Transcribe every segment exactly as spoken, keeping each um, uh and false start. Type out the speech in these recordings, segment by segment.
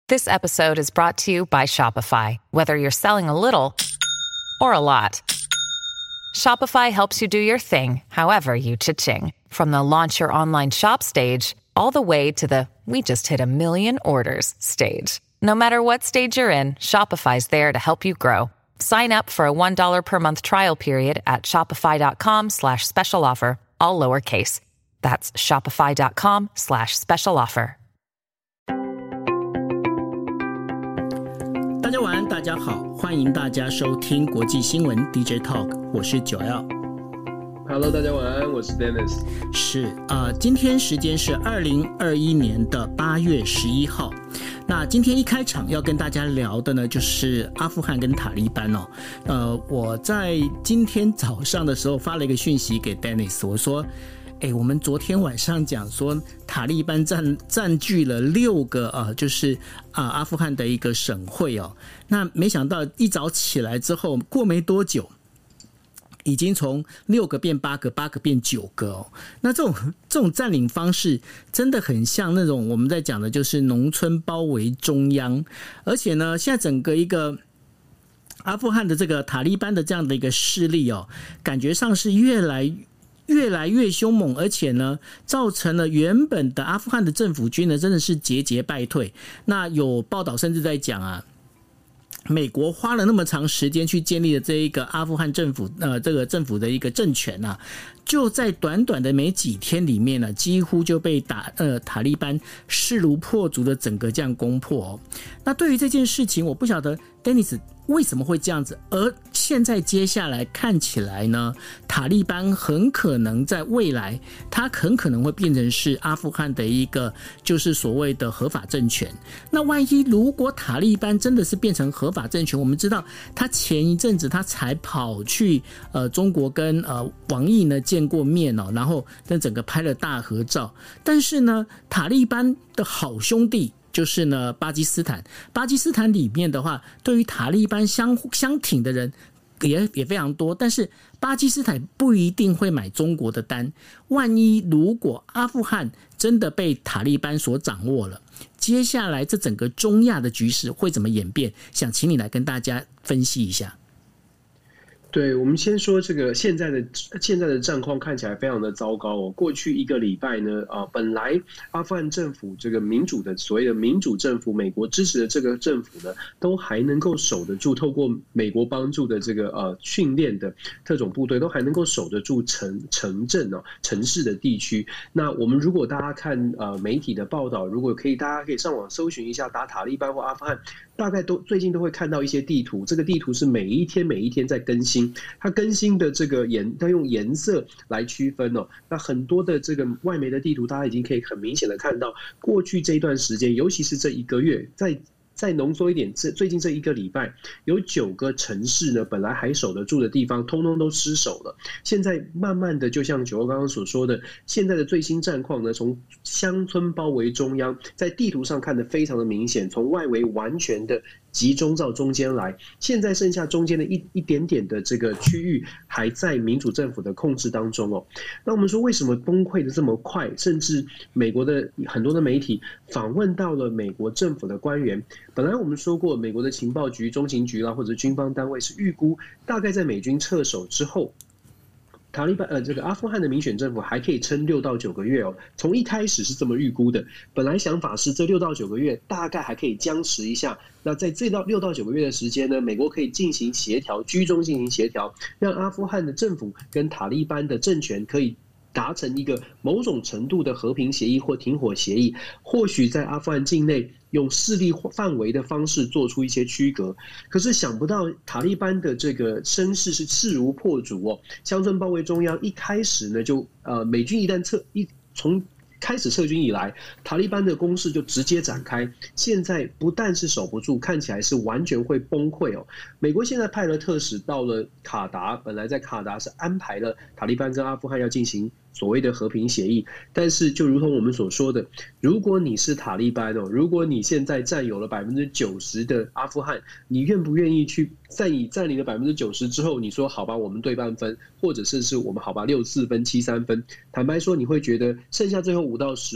This episode is brought to you by Shopify. Whether you're selling a little or a lot, Shopify helps you do your thing, however you cha-ching. From the launch your online shop stage, all the way to the we just hit a million orders stage. No matter what stage you're in, Shopify's there to help you grow. Sign up for a one dollar per month trial period at shopify.com slash special offer, all lowercase. That's shopify.com slash special offer. 大家晚安，大家好，欢迎大家收听国际新闻 D J Talk， 我是九耀。 Hello， 大家晚安，我是 Dennis。 是呃，今天时间是二零二一年的八月十一号。那今天一开场要跟大家聊的呢，就是阿富汗跟塔利班哦。呃，我在今天早上的时候发了一个讯息给 Dennis， 我说。欸、我们昨天晚上讲说塔利班占占据了六个呃，就是啊、呃、阿富汗的一个省会哦。那没想到一早起来之后，过没多久，已经从六个变八个，八个变九个哦。那这种这种占领方式，真的很像那种我们在讲的，就是农村包围中央。而且呢，现在整个一个阿富汗的这个塔利班的这样的一个势力哦，感觉上是越来越。越来越凶猛，而且呢，造成了原本的阿富汗的政府军呢，真的是节节败退。那有报道甚至在讲啊，美国花了那么长时间去建立了这一个阿富汗政府，呃，这个政府的一个政权啊，就在短短的没几天里面呢，几乎就被打呃塔利班势如破竹的整个这样攻破哦。那对于这件事情，我不晓得 Dennis。为什么会这样子？而现在接下来看起来呢，塔利班很可能在未来，它很可能会变成是阿富汗的一个就是所谓的合法政权。那万一如果塔利班真的是变成合法政权，我们知道他前一阵子他才跑去呃中国跟呃王毅呢见过面哦，然后跟整个拍了大合照。但是呢，塔利班的好兄弟。就是呢，巴基斯坦，巴基斯坦里面的话，对于塔利班相相挺的人也也非常多，但是巴基斯坦不一定会买中国的单。万一如果阿富汗真的被塔利班所掌握了，接下来这整个中亚的局势会怎么演变？想请你来跟大家分析一下。 对，我们先说这个现在的现在的战况看起来非常的糟糕哦。过去一个礼拜呢，啊、呃，本来阿富汗政府这个民主的所谓的民主政府，美国支持的这个政府呢，都还能够守得住，透过美国帮助的这个呃训练的特种部队，都还能够守得住城城镇哦城市的地区。那我们如果大家看呃媒体的报道，如果可以，大家可以上网搜寻一下打塔利班或阿富汗。大概都最近都会看到一些地图，这个地图是每一天每一天在更新，它更新的这个颜，它用颜色来区分哦。那很多的这个外媒的地图，大家已经可以很明显的看到，过去这一段时间，尤其是这一个月，在再浓缩一点，这最近这一个礼拜，有九个城市呢，本来还守得住的地方，通通都失守了。现在慢慢的，就像九欧刚刚所说的，现在的最新战况呢，从乡村包围中央，在地图上看得非常的明显，从外围完全的集中到中间来，现在剩下中间的一一点点的这个区域还在民主政府的控制当中哦。那我们说为什么崩溃的这么快？甚至美国的很多的媒体访问到了美国政府的官员。本来我们说过，美国的情报局、中情局啦，或者军方单位是预估，大概在美军撤守之后，塔利班呃，这个阿富汗的民选政府还可以撑六到九个月哦。从一开始是这么预估的，本来想法是这六到九个月大概还可以僵持一下。那在这到六到九个月的时间呢，美国可以进行协调，居中进行协调，让阿富汗的政府跟塔利班的政权可以达成一个某种程度的和平协议或停火协议，或许在阿富汗境内用势力范围的方式做出一些区隔。可是想不到塔利班的这个声势是势如破竹哦，乡村包围中央一开始呢就呃美军一旦撤一从开始撤军以来，塔利班的攻势就直接展开。现在不但是守不住，看起来是完全会崩溃哦。美国现在派了特使到了卡达，本来在卡达是安排了塔利班跟阿富汗要进行所谓的和平协议，但是就如同我们所说的，如果你是塔利班哦，如果你现在占有了百分之九十的阿富汗，你愿不愿意去在你占领了百分之九十之后，你说好吧，我们对半分，或者是是我们好吧六四分七三分？坦白说，你会觉得剩下最后五到十趴，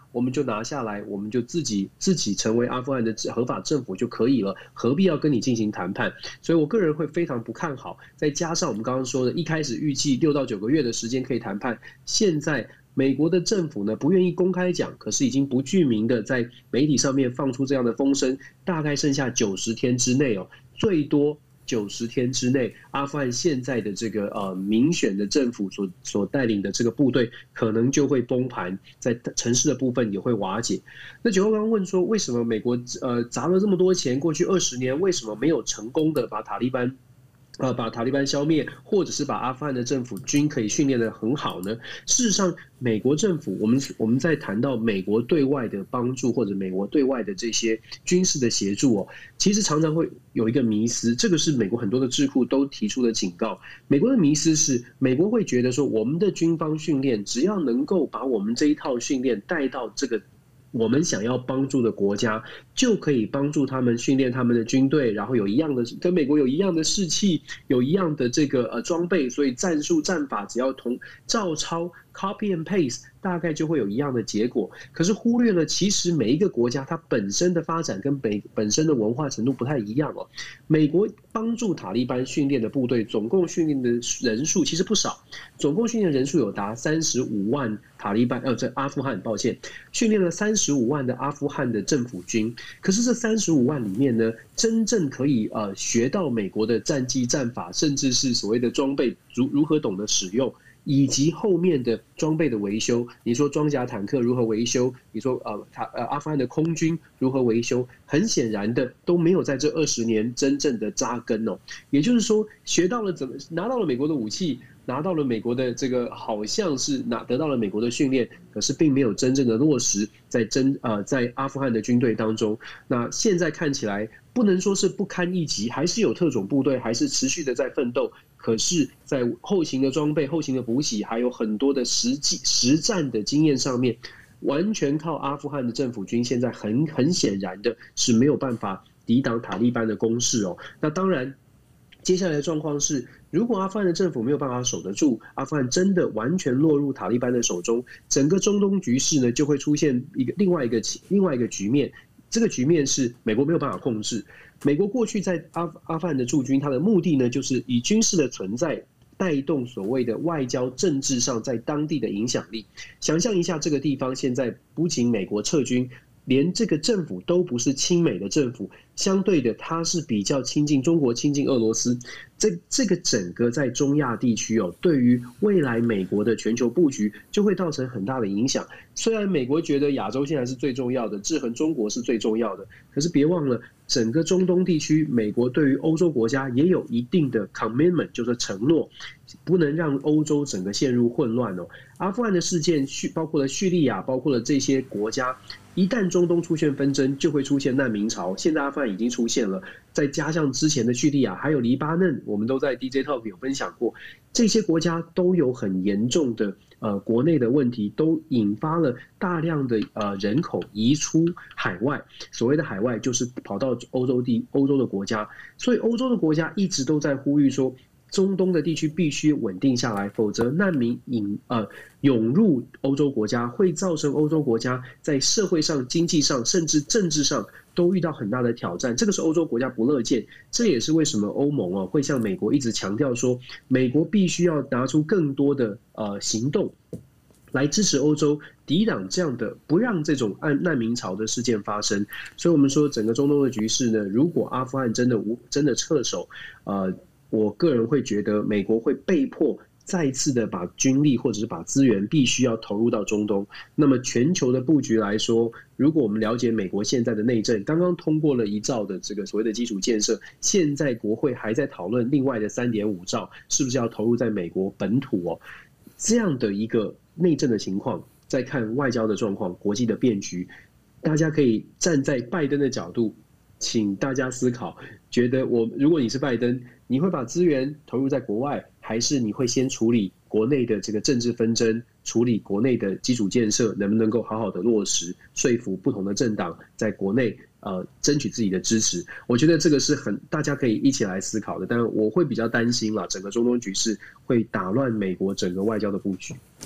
我们就拿下来，我们就自己自己成为阿富汗的合法政府就可以了，何必要跟你进行谈判？所以我个人会非常不看好。再加上我们刚刚说的，一开始预计六到九个月的时间可以谈判，现在美国的政府呢不愿意公开讲，可是已经不具名的在媒体上面放出这样的风声，大概剩下九十天之内哦，最多九十天之内，阿富汗现在的这个呃民选的政府所所带领的这个部队可能就会崩盘，在城市的部分也会瓦解。那九号刚刚问说，为什么美国呃砸了这么多钱，过去二十年为什么没有成功的把塔利班？呃，把塔利班消灭，或者是把阿富汗的政府军可以训练得很好呢？事实上，美国政府，我们我们在谈到美国对外的帮助或者美国对外的这些军事的协助哦，其实常常会有一个迷思，这个是美国很多的智库都提出的警告。美国的迷思是，美国会觉得说，我们的军方训练只要能够把我们这一套训练带到这个我们想要帮助的国家，就可以帮助他们训练他们的军队，然后有一样的跟美国有一样的士气，有一样的这个呃装备，所以战术战法只要同照抄 copy and paste， 大概就会有一样的结果。可是忽略了，其实每一个国家它本身的发展跟本本身的文化程度不太一样哦。美国帮助塔利班训练的部队，总共训练的人数其实不少，总共训练人数有达三十五万塔利班，呃，这阿富汗，抱歉，训练了三十五万的阿富汗的政府军。可是这三十五万里面呢，真正可以呃学到美国的战技战法，甚至是所谓的装备如如何懂得使用。以及后面的装备的维修，你说装甲坦克如何维修？你说呃，他呃阿富汗的空军如何维修？很显然的都没有在这二十年真正的扎根哦。也就是说，学到了怎么拿到了美国的武器，拿到了美国的这个好像是拿得到了美国的训练，可是并没有真正的落实在真呃在阿富汗的军队当中。那现在看起来不能说是不堪一击，还是有特种部队，还是持续的在奋斗。可是，在后勤的装备、后勤的补给，还有很多的实际实战的经验上面，完全靠阿富汗的政府军，现在很很显然的是没有办法抵挡塔利班的攻势哦。那当然，接下来的状况是，如果阿富汗的政府没有办法守得住，阿富汗真的完全落入塔利班的手中，整个中东局势呢就会出现一个另外一个另外一个局面。这个局面是美国没有办法控制。美国过去在阿阿富汗的驻军，它的目的呢，就是以军事的存在带动所谓的外交政治上在当地的影响力。想象一下，这个地方现在不仅美国撤军，连这个政府都不是亲美的政府，相对的，它是比较亲近中国、亲近俄罗斯。这这个整个在中亚地区哦，对于未来美国的全球布局就会造成很大的影响。虽然美国觉得亚洲现在是最重要的，制衡中国是最重要的，可是别忘了，整个中东地区，美国对于欧洲国家也有一定的 commitment， 就是承诺，不能让欧洲整个陷入混乱哦。阿富汗的事件，包括了叙利亚，包括了这些国家。一旦中东出现纷争，就会出现难民潮。现在阿富汗已经出现了，再加上之前的叙利亚，还有黎巴嫩，我们都在 D J Talk 有分享过，这些国家都有很严重的呃国内的问题，都引发了大量的呃人口移出海外。所谓的海外，就是跑到欧洲地欧洲的国家，所以欧洲的国家一直都在呼吁说，中东的地区必须稳定下来，否则难民引呃涌入欧洲国家，会造成欧洲国家在社会上、经济上，甚至政治上都遇到很大的挑战。这个是欧洲国家不乐见，这也是为什么欧盟哦会向美国一直强调说，美国必须要拿出更多的呃行动。来支持欧洲抵挡这样的，不让这种难民潮的事件发生。所以我们说，整个中东的局势呢，如果阿富汗真的无真的撤守，呃。我个人会觉得，美国会被迫再次的把军力或者是把资源必须要投入到中东。那么全球的布局来说，如果我们了解美国现在的内政，刚刚通过了一兆的这个所谓的基础建设，现在国会还在讨论另外的 三点五兆是不是要投入在美国本土哦。这样的一个内政的情况，再看外交的状况、国际的变局，大家可以站在拜登的角度，请大家思考，觉得我如果你是拜登，你会把资源投入在国外，还是你会先处理国内的这个政治纷争，处理国内的基础建设，能不能够好好的落实，说服不同的政党在国内呃争取自己的支持？我觉得这个是很大家可以一起来思考的，但我会比较担心啦，整个中东局势会打乱美国整个外交的布局。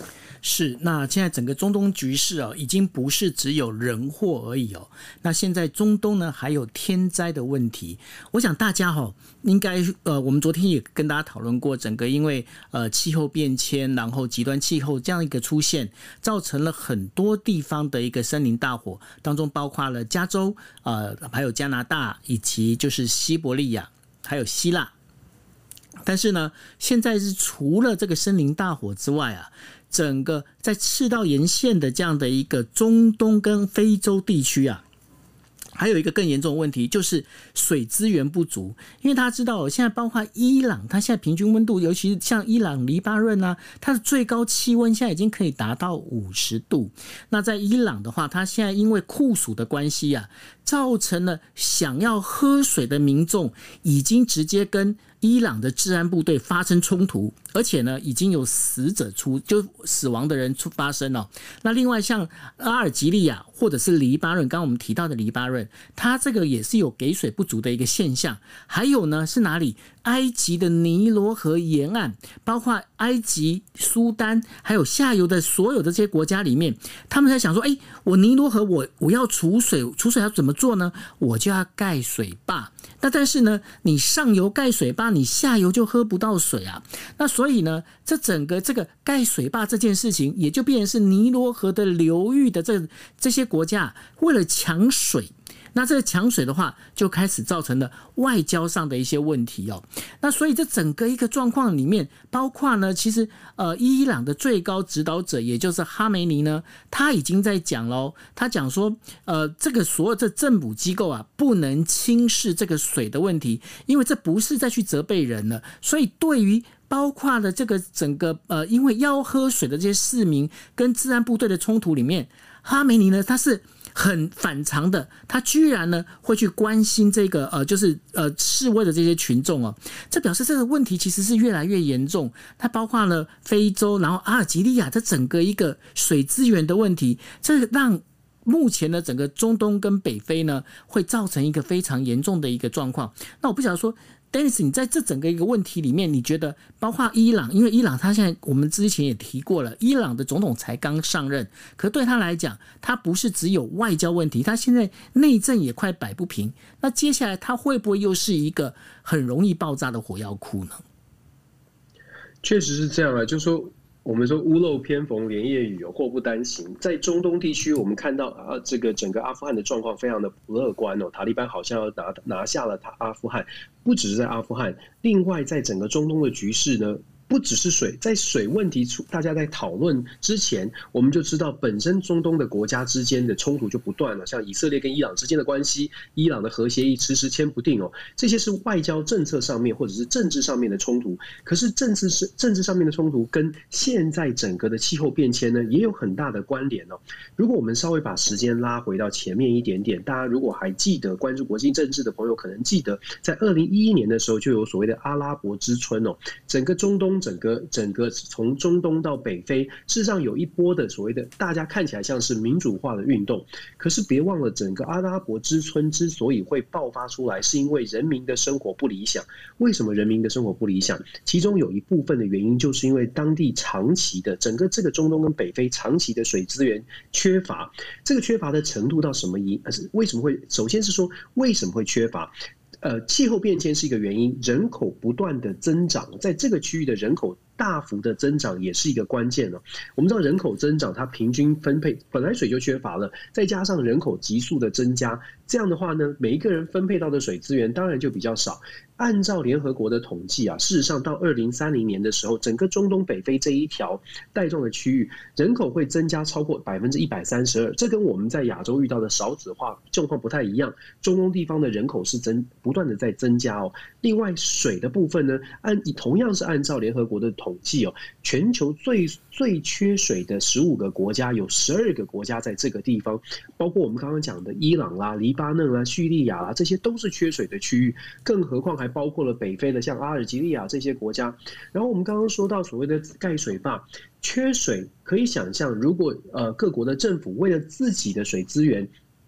是，那现在整个中东局势哦，已经不是只有人祸而已哦。那现在中东呢，还有天灾的问题。我想大家哈、哦，应该呃，我们昨天也跟大家讨论过，整个因为呃气候变迁，然后极端气候这样一个出现，造成了很多地方的一个森林大火，当中包括了加州，呃，还有加拿大，以及就是西伯利亚，还有希腊。但是呢，现在是除了这个森林大火之外啊，整个在赤道沿线的这样的一个中东跟非洲地区啊，还有一个更严重的问题，就是水资源不足。因为大家知道，现在包括伊朗，它现在平均温度，尤其是像伊朗、黎巴嫩啊，它的最高气温现在已经可以达到五十度。那在伊朗的话，它现在因为酷暑的关系啊，造成了想要喝水的民众已经直接跟伊朗的治安部队发生冲突，而且呢，已经有死者出，就死亡的人出发生了。那另外像阿尔及利亚或者是黎巴嫩，刚刚我们提到的黎巴嫩，它这个也是有给水不足的一个现象。还有呢是哪里？埃及的尼罗河沿岸，包括埃及、苏丹，还有下游的所有的这些国家里面，他们在想说，哎，我尼罗河我我要储水，储水要怎么做呢？我就要盖水坝。那但是呢，你上游盖水坝，你下游就喝不到水啊。那所以呢，这整个这个盖水坝这件事情，也就变成是尼罗河的流域的这这些国家为了抢水。那这个抢水的话，就开始造成了外交上的一些问题哦。那所以这整个一个状况里面，包括呢，其实呃，伊朗的最高指导者，也就是哈梅尼呢，他已经在讲喽。他讲说，呃，这个所有的政府机构啊，不能轻视这个水的问题，因为这不是再去责备人了。所以对于包括了这个整个呃，因为要喝水的这些市民跟治安部队的冲突里面，哈梅尼呢，他是很反常的，他居然呢会去关心这个呃，就是呃示威的这些群众哦，这表示这个问题其实是越来越严重。它包括了非洲，然后阿尔及利亚这整个一个水资源的问题，这让目前的整个中东跟北非呢，会造成一个非常严重的一个状况。那我不晓得说，Dennis， 你在这整个一个问题里面，你觉得包括伊朗，因为伊朗他现在我们之前也提过了，伊朗的总统才刚上任，可对他来讲，他不是只有外交问题，他现在内政也快摆不平。那接下来他会不会又是一个很容易爆炸的火药库呢？ 确实是这样啊，就是说。我们说屋漏偏逢连夜雨，祸不单行。在中东地区，我们看到啊，这个整个阿富汗的状况非常的不乐观哦。塔利班好像要拿拿下了他阿富汗，不只是在阿富汗，另外在整个中东的局势呢。不只是水，在水问题出大家在讨论之前，我们就知道本身中东的国家之间的冲突就不断了，像以色列跟伊朗之间的关系，伊朗的核协议迟迟签不定哦，这些是外交政策上面或者是政治上面的冲突。可是政治是政治上面的冲突跟现在整个的气候变迁呢也有很大的关联哦。如果我们稍微把时间拉回到前面一点点，大家如果还记得关注国际政治的朋友可能记得，在二零一一年的时候就有所谓的阿拉伯之春哦，整个中东。整个整个从中东到北非，事实上有一波的所谓的大家看起来像是民主化的运动，可是别忘了，整个阿拉伯之春之所以会爆发出来，是因为人民的生活不理想。为什么人民的生活不理想？其中有一部分的原因，就是因为当地长期的整个这个中东跟北非长期的水资源缺乏。这个缺乏的程度到什么因？为什么会？首先是说为什么会缺乏？呃，气候变迁是一个原因，人口不断的增长，在这个区域的人口大幅的增长也是一个关键了。我们知道人口增长，它平均分配本来水就缺乏了，再加上人口急速的增加，这样的话呢，每一个人分配到的水资源当然就比较少。按照联合国的统计啊，事实上到二零三零年的时候，整个中东北非这一条带状的区域人口会增加超过百分之一百三十二，这跟我们在亚洲遇到的少子化状况不太一样。中东地方的人口是增不断的在增加哦。另外水的部分呢，按同样是按照联合国的统计哦，全球最最缺水的十五个国家，有十二个国家在这个地方，包括我们刚刚讲的伊朗啦、黎巴嫩啦、叙利亚啦，这些都是缺水的区域，更何况还包括了北非的像阿尔及利亚这些国家。然后我们刚刚说到所谓的盖水坝，缺水可以想象，如果呃各国的政府为了自己的水资源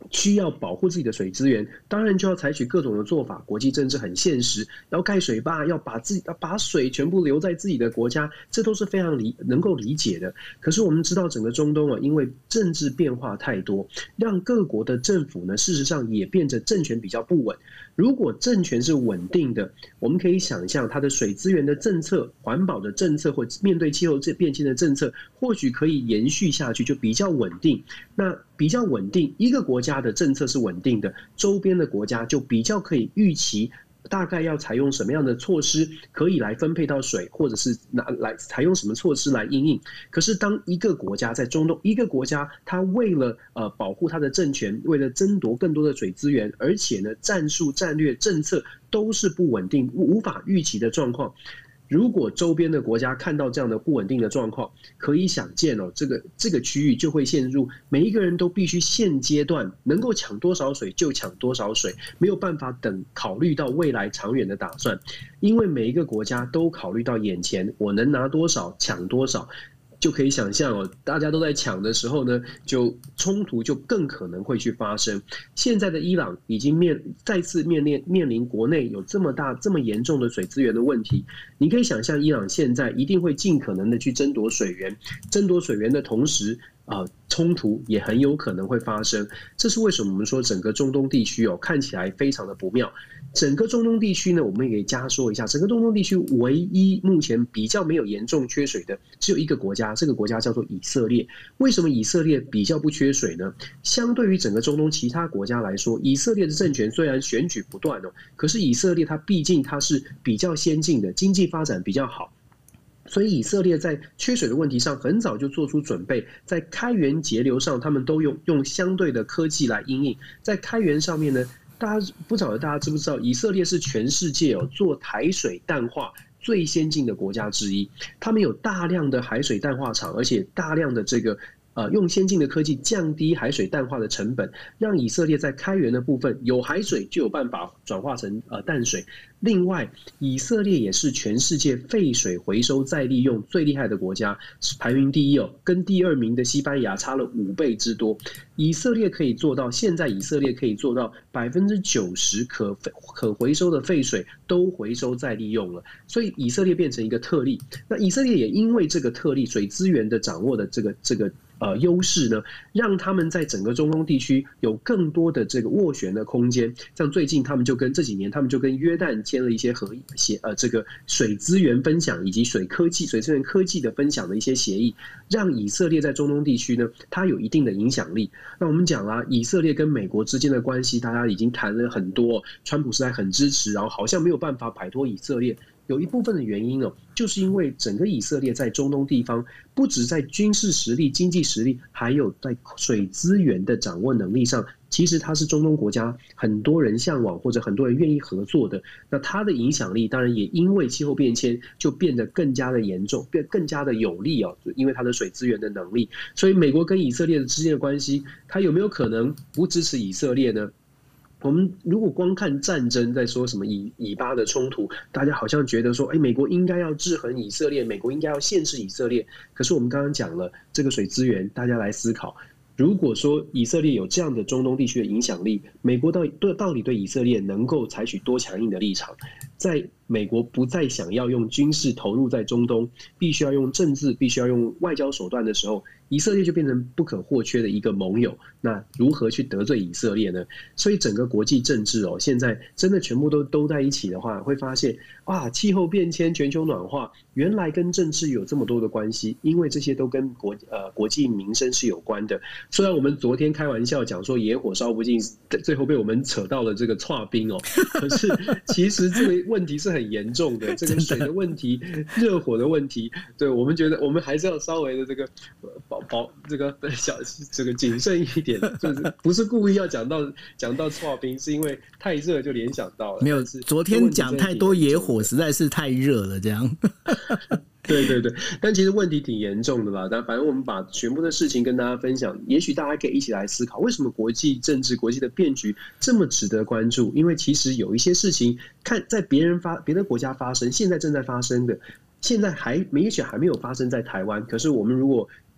需要保护自己的水资源，当然就要采取各种的做法。国际政治很现实，要盖水坝，要把自己要把水全部留在自己的国家，这都是非常理能够理解的。可是我们知道，整个中东啊，因为政治变化太多，让各国的政府呢，事实上也变得政权比较不稳。如果政权是稳定的，我们可以想象它的水资源的政策、环保的政策或面对气候变迁的政策，或许可以延续下去，就比较稳定。那比较稳定，一个国家的政策是稳定的，周边的国家就比较可以预期大概要采用什么样的措施可以来分配到水，或者是拿来采用什么措施来因应。可是当一个国家在中东，一个国家它为了呃保护它的政权，为了争夺更多的水资源，而且呢战术、战略、政策都是不稳定、无法预期的状况。如果周边的国家看到这样的不稳定的状况，可以想见哦，这个这个区域就会陷入每一个人都必须现阶段能够抢多少水就抢多少水，没有办法等考虑到未来长远的打算，因为每一个国家都考虑到眼前我能拿多少抢多少。就可以想象哦，大家都在抢的时候呢，就冲突就更可能会去发生。现在的伊朗已经面再次面临面临国内有这么大这么严重的水资源的问题，你可以想象伊朗现在一定会尽可能的去争夺水源，争夺水源的同时。啊、呃，冲突也很有可能会发生，这是为什么我们说整个中东地区哦看起来非常的不妙。整个中东地区呢，我们也可以加说一下，整个中东地区唯一目前比较没有严重缺水的只有一个国家，这个国家叫做以色列。为什么以色列比较不缺水呢？相对于整个中东其他国家来说，以色列的政权虽然选举不断哦，可是以色列它毕竟它是比较先进的，经济发展比较好。所以以色列在缺水的问题上很早就做出准备，在开源节流上他们都用用相对的科技来因应。在开源上面呢，大家不晓得大家知不知道，以色列是全世界哦做海水淡化最先进的国家之一，他们有大量的海水淡化厂，而且大量的这个呃，用先进的科技降低海水淡化的成本，让以色列在开源的部分有海水就有办法转化成呃淡水。另外，以色列也是全世界废水回收再利用最厉害的国家，排名第一哦，跟第二名的西班牙差了五倍之多。以色列可以做到，现在以色列可以做到百分之九十可可回收的废水都回收再利用了，所以以色列变成一个特例。那以色列也因为这个特例，水资源的掌握的这个这个。呃，优势呢，让他们在整个中东地区有更多的这个斡旋的空间。像最近他们就跟这几年，他们就跟约旦签了一些合协，呃，这个水资源分享以及水科技、水资源科技的分享的一些协议，让以色列在中东地区呢，它有一定的影响力。那我们讲啦，以色列跟美国之间的关系，大家已经谈了很多，川普时代很支持，然后好像没有办法摆脱以色列。有一部分的原因哦，就是因为整个以色列在中东地方，不只在军事实力、经济实力，还有在水资源的掌握能力上，其实它是中东国家很多人向往或者很多人愿意合作的。那它的影响力当然也因为气候变迁就变得更加的严重，变更加的有利哦，因为它的水资源的能力。所以美国跟以色列之间的关系，它有没有可能不支持以色列呢？我们如果光看战争，在说什么以以巴的冲突，大家好像觉得说，哎，美国应该要制衡以色列，美国应该要限制以色列。可是我们刚刚讲了这个水资源，大家来思考，如果说以色列有这样的中东地区的影响力，美国到底对到底对以色列能够采取多强硬的立场？在美国不再想要用军事投入在中东，必须要用政治，必须要用外交手段的时候，以色列就变成不可或缺的一个盟友。那如何去得罪以色列呢？所以整个国际政治哦，现在真的全部都都在一起的话，会发现啊，气候变迁、全球暖化，原来跟政治有这么多的关系，因为这些都跟国呃国际民生是有关的。虽然我们昨天开玩笑讲说野火烧不尽，最后被我们扯到了这个剉冰哦，可是其实这个问题是很严重的，这个水的问题、热火的问题，对我们觉得我们还是要稍微的这个保保这个小这个谨慎一点，就是不是故意要讲到讲到剉冰，是因为太热就联想到了。 没有，昨天讲太多野火实在是太热了，这样。 对对对，但其实问题挺严重的啦。但反正我们把全部的事情跟大家分享，也许大家可以一起来思考，为什么国际政治、国际的变局这么值得关注？因为其实有一些事情，看在别人发、别的国家发生，现在正在发生的，现在还也许还没有发生在台湾。可是我们如果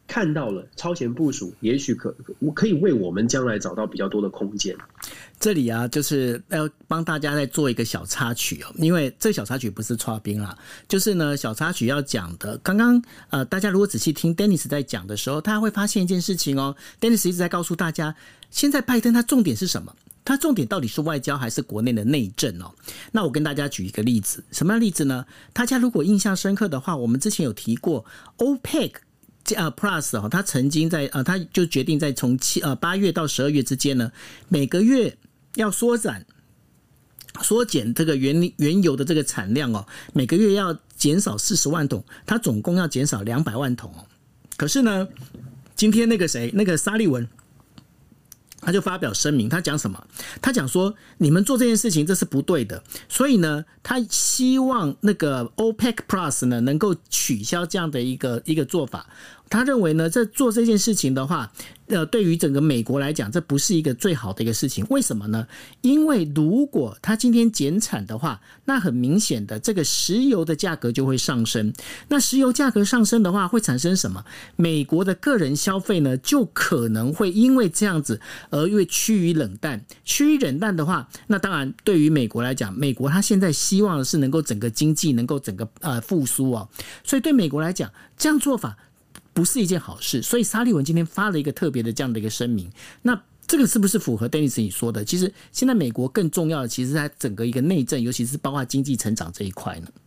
看到了超前部署，也许可可以为我们将来找到比较多的空间。 这里啊，就是要帮大家再做一个小插曲哦，因为这个小插曲不是剉冰啦，就是呢小插曲要讲的。刚刚呃，大家如果仔细听 Dennis 在讲的时候，他会发现一件事情哦。Dennis 一直在告诉大家，现在拜登他重点是什么？他重点到底是外交还是国内的内政哦？那我跟大家举一个例子，什么样的例子呢？大家如果印象深刻的话，我们之前有提过 O P E C。呃 Plus 哦，他曾经在呃，他就决定在从七呃八月到十二月之间呢，每个月要缩减缩减这个原原油的这个产量哦，每个月要减少四十万桶，他总共要减少两百万桶哦。可是呢，今天那个谁，那个沙利文。他就发表声明，他讲什么？他讲说，你们做这件事情这是不对的，所以呢，他希望那个 O P E C Plus 呢能够取消这样的一个一个做法。他认为呢，在做这件事情的话，呃，对于整个美国来讲，这不是一个最好的一个事情。为什么呢？因为如果他今天减产的话，那很明显的，这个石油的价格就会上升。那石油价格上升的话，会产生什么？美国的个人消费呢，就可能会因为这样子而越趋于冷淡。趋于冷淡的话，那当然对于美国来讲，美国他现在希望的是能够整个经济能够整个呃复苏哦，所以对美国来讲，这样做法不是一件好事，所以沙利文今天发了一个特别的这样的一个声明。那这个是不是符合 Dennis 你说的？其实现在美国更重要的，其实在整个一个内政，尤其是包括经济成长这一块呢。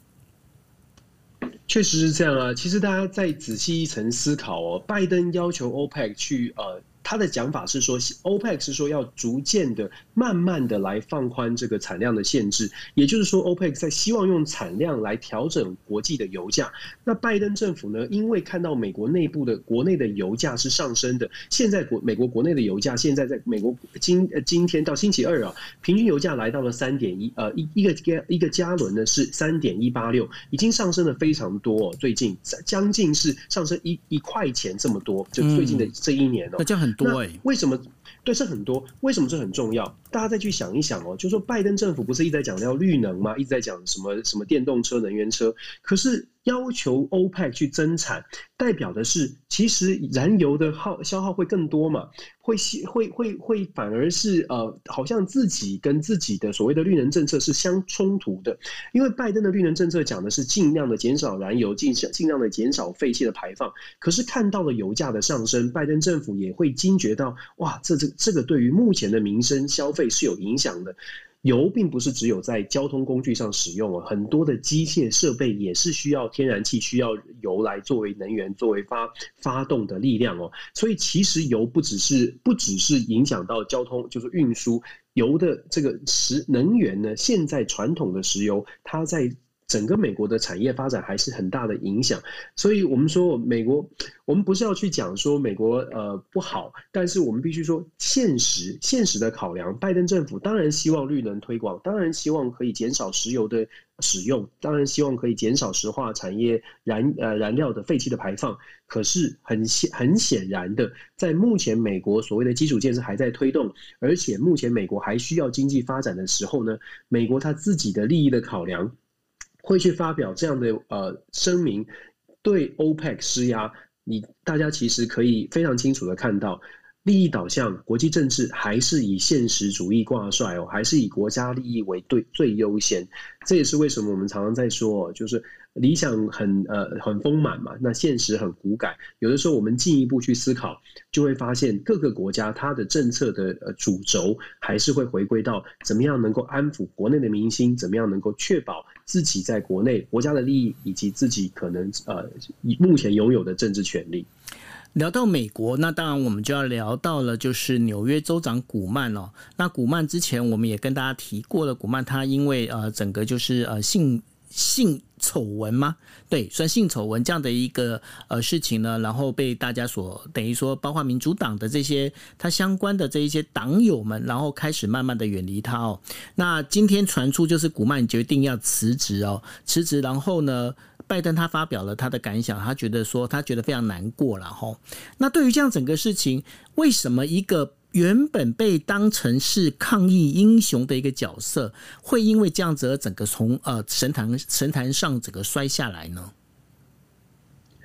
确实是这样啊。其实大家再仔细一层思考哦，拜登要求 O P E C 去呃。他的讲法是说 ，O P E C 是说要逐渐的、慢慢的来放宽这个产量的限制，也就是说 ，O P E C 在希望用产量来调整国际的油价。那拜登政府呢，因为看到美国内部的国内的油价是上升的，现在国美国国内的油价现在在美国今呃今天到星期二啊，平均油价来到了三点一呃一一个一个加仑呢是三点一八六，已经上升了非常多哦，最近将近是上升一一块钱这么多，就最近的这一年哦， 那这样很多。 那为什么？对，这很多。为什么这很重要？大家再去想一想哦，就是说拜登政府不是一直在讲要绿能吗？一直在讲什么什么电动车、能源车，可是要求 O P E C 去增产，代表的是其实燃油的耗消耗会更多嘛，会会会会反而是呃，好像自己跟自己的所谓的绿能政策是相冲突的，因为拜登的绿能政策讲的是尽量的减少燃油，尽尽量的减少废气的排放，可是看到了油价的上升，拜登政府也会惊觉到，哇，这这这个对于目前的民生消费是有影响的。油并不是只有在交通工具上使用哦，很多的机械设备也是需要天然气、需要油来作为能源、作为发发动的力量哦。所以其实油不只是不只是影响到交通，就是运输油的这个石能源呢。现在传统的石油，它在整个美国的产业发展还是很大的影响，所以我们说美国，我们不是要去讲说美国呃不好，但是我们必须说现实现实的考量，拜登政府当然希望绿能推广，当然希望可以减少石油的使用，当然希望可以减少石化产业燃呃燃料的废气的排放，可是很很显然的，在目前美国所谓的基础建设还在推动，而且目前美国还需要经济发展的时候呢，美国他自己的利益的考量，会去发表这样的呃声明，对 O P E C 施压。你大家其实可以非常清楚的看到，利益导向国际政治还是以现实主义挂帅哦，还是以国家利益为对最优先。这也是为什么我们常常在说，就是理想很呃很丰满嘛，那现实很骨感。有的时候我们进一步去思考，就会发现各个国家它的政策的呃主轴还是会回归到怎么样能够安抚国内的民心，怎么样能够确保自己在国内国家的利益以及自己可能呃目前拥有的政治权利。 聊到美国，那当然我们就要聊到了，就是纽约州长古曼哦。那古曼之前我们也跟大家提过了，古曼他因为呃整个就是呃性性丑闻吗？对，算性丑闻这样的一个呃事情呢，然后被大家所等于说，包括民主党的这些他相关的这一些党友们，然后开始慢慢的远离他哦。那今天传出就是古曼决定要辞职哦，辞职，然后呢，拜登他发表了他的感想，他觉得说他觉得非常难过了齁。那对于这样整个事情，为什么一个原本被当成是抗疫英雄的一个角色，会因为这样子而整个从呃神坛神坛上整个摔下来呢？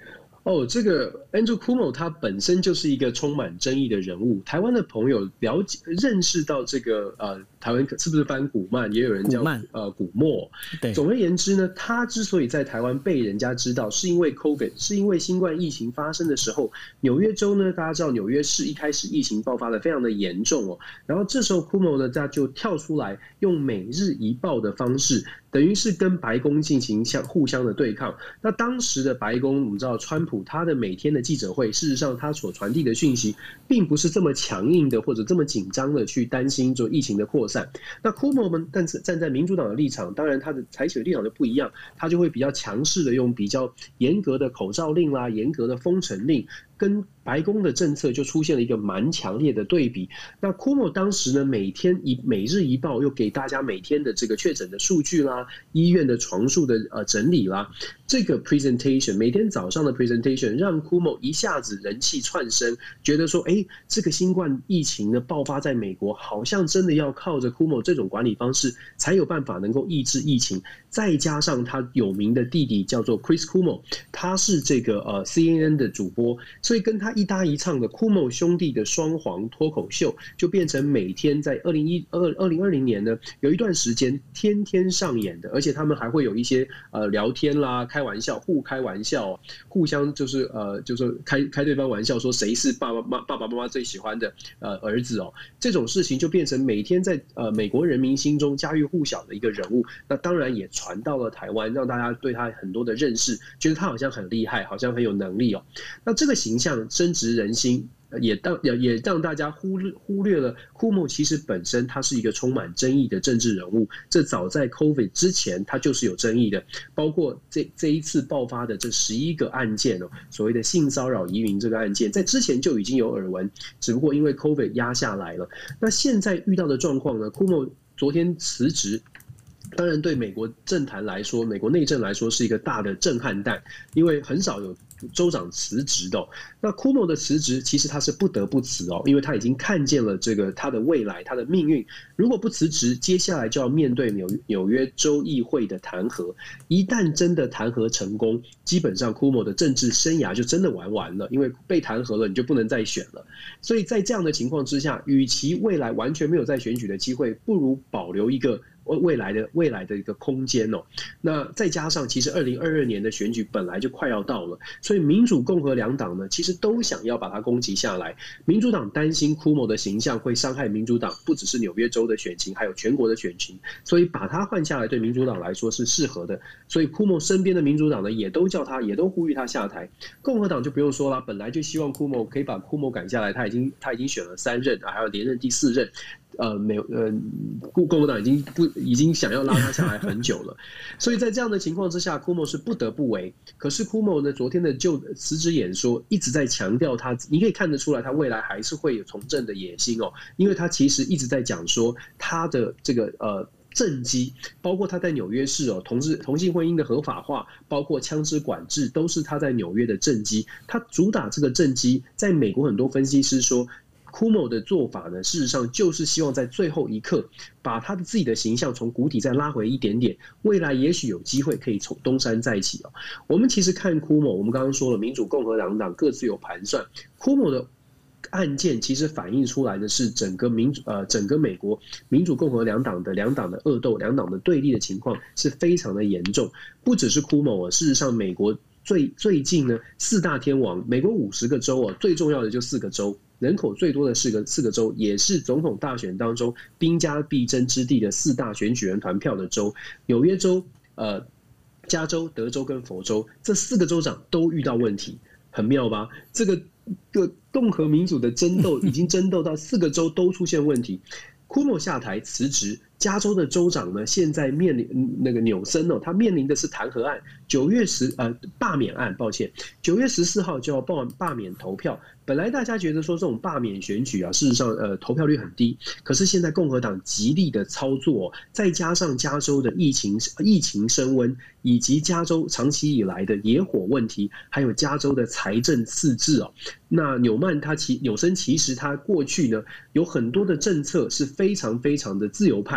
哦，这个 Andrew Cuomo 他本身就是一个充满争议的人物。台湾的朋友了解认识到这个呃，台湾是不是翻古曼，也有人叫呃古默。对，总而言之呢，他之所以在台湾被人家知道，是因为 COVID， 是因为新冠疫情发生的时候，纽约州呢，大家知道纽约市一开始疫情爆发的非常的严重哦，然后这时候 Cuomo 呢，他就跳出来用每日一报的方式。等于是跟白宫进行相互相的对抗。那当时的白宫，我们知道川普他的每天的记者会，事实上他所传递的讯息，并不是这么强硬的或者这么紧张的去担心做疫情的扩散。那 Cuomo 们，但是站在民主党的立场，当然他的采取的立场就不一样，他就会比较强势的用比较严格的口罩令啦、严格的封城令。跟白宫的政策就出现了一个蛮强烈的对比。那 Cuomo 当时呢，每天一每日一报，又给大家每天的这个确诊的数据啦、医院的床数的呃整理啦，这个 presentation 每天早上的 presentation 让 Cuomo 一下子人气窜升，觉得说，哎，这个新冠疫情呢爆发在美国，好像真的要靠着 Cuomo 这种管理方式才有办法能够抑制疫情。再加上他有名的弟弟叫做 Chris Cuomo， 他是这个呃 C N N 的主播。所以跟他一搭一唱的 Cuomo 兄弟的双簧脱口秀，就变成每天在二零二零年呢，有一段时间天天上演的，而且他们还会有一些呃聊天啦、开玩笑、互开玩笑，互相就是呃就是开开对方玩笑，说谁是爸爸妈爸爸妈妈最喜欢的呃儿子哦，这种事情就变成每天在呃美国人民心中家喻户晓的一个人物。那当然也传到了台湾，让大家对他很多的认识，觉得他好像很厉害，好像很有能力哦。那这个形象深植人心，也让也让大家忽略忽略了 Cuomo 其实本身他是一个充满争议的政治人物。这早在 COVID 之前，他就是有争议的，包括这这一次爆发的这十一个案件哦，所谓的性骚扰移民这个案件，在之前就已经有耳闻，只不过因为 COVID 压下来了。那现在遇到的状况呢 ，Cuomo 昨天辞职。当然，对美国政坛来说，美国内政来说是一个大的震撼弹，因为很少有州长辞职的哦。那 Cuomo 的辞职，其实他是不得不辞哦，因为他已经看见了这个他的未来，他的命运。如果不辞职，接下来就要面对纽纽约州议会的弹劾。一旦真的弹劾成功，基本上 Cuomo 的政治生涯就真的玩完了，因为被弹劾了，你就不能再选了。所以在这样的情况之下，与其未来完全没有再选举的机会，不如保留一个。未来的未来的一个空间哦，那再加上其实二零二二年的选举本来就快要到了，所以民主共和两党呢，其实都想要把它攻击下来。民主党担心 Cuomo 的形象会伤害民主党，不只是纽约州的选情，还有全国的选情，所以把他换下来对民主党来说是适合的。所以 Cuomo 身边的民主党呢，也都叫他，也都呼吁他下台。共和党就不用说了，本来就希望 Cuomo 可以把 Cuomo 赶下来，他已经他已经选了三任，还要连任第四任。呃，没有，呃，共和党已经不已经想要拉他下来很久了，所以在这样的情况之下 ，Cuomo 是不得不为。可是 Cuomo 呢，昨天的就辞职演说一直在强调他，你可以看得出来，他未来还是会有从政的野心哦，因为他其实一直在讲说他的这个呃。政绩，包括他在纽约市哦，同志同性婚姻的合法化，包括枪支管制，都是他在纽约的政绩。他主打这个政绩，在美国很多分析师说。Cuomo 的做法呢，事实上就是希望在最后一刻把他的自己的形象从谷底再拉回一点点，未来也许有机会可以从东山再起哦。我们其实看 Cuomo， 我们刚刚说了，民主共和两党各自有盘算 ，Cuomo 的案件其实反映出来的是整个民主呃整个美国民主共和两党的两党的恶斗、两党的对立的情况是非常的严重，不只是 Cuomo， 事实上美国最最近呢四大天王，美国五十个州哦，最重要的就四个州。人口最多的四个四个州，也是总统大选当中兵家必争之地的四大选举人团票的州，纽约州、呃加州、德州跟佛州，这四个州长都遇到问题，很妙吧？这个个共和民主的争斗已经争斗到四个州都出现问题。Cuomo 下台辞职，加州的州长呢，现在面临那个纽森哦，他面临的是弹劾案，九月十呃罢免案，抱歉，九月十四号就要罢罢免投票。本来大家觉得说这种罢免选举啊，事实上呃投票率很低，可是现在共和党极力的操作，再加上加州的疫情疫情升温，以及加州长期以来的野火问题，还有加州的财政赤字哦。那纽曼他其纽森其实他过去呢有很多的政策是非常非常的自由派，